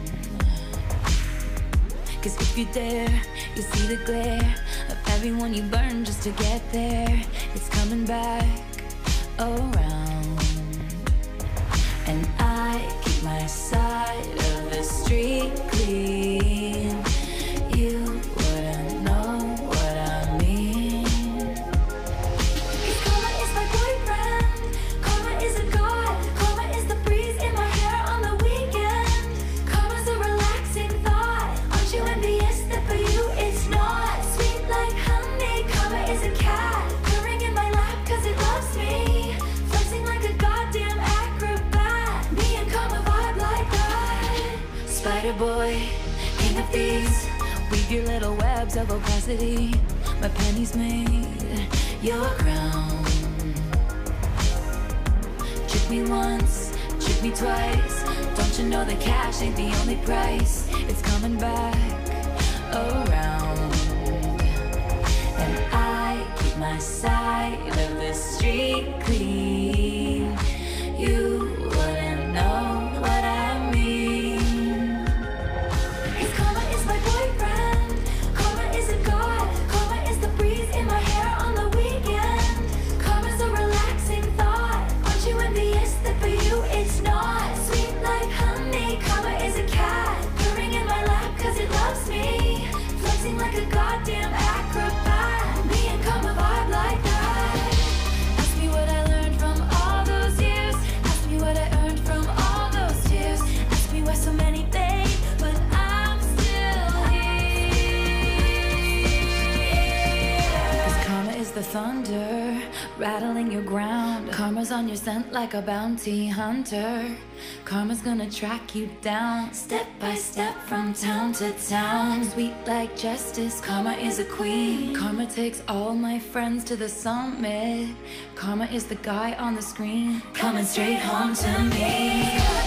Cause if you dare, you see the glare of everyone you burn just to get there. It's coming back around. And I keep my side of the street clean. You wouldn't know what I mean. Cause karma is my boyfriend. Karma is a god. Karma is the breeze in my hair on the weekend. Karma's a relaxing thought. Aren't you envious that for you it's not? Sweet like honey. Karma is a cat. Purring in my lap cause it loves me. Flexing like a goddamn acrobat. Me and karma vibe like that. Spider boy, king of thieves. Weave your little webs of opacity. My pennies made your crown. Trick me once, trick me twice. Don't you know that cash ain't the only price? It's coming back around. And I keep my side of the street clean. You wouldn't know what I mean. Cause karma is my boyfriend. Karma is a god. Karma is the breeze in my hair on the weekend. Karma's a relaxing thought. Aren't you envious that for you it's not? Sweet like honey. Karma is a cat. Purring in my lap cause it loves me. Flexing like a goddamn acrobat. Me and karma vibe like that. Ask me what I learned Karma's on your scent like a bounty hunter. Karma's gonna track you down, step by step from town to town. Sweet like justice, karma is a queen. Karma takes all my friends to the summit. Karma is the guy on the screen, coming straight home to me.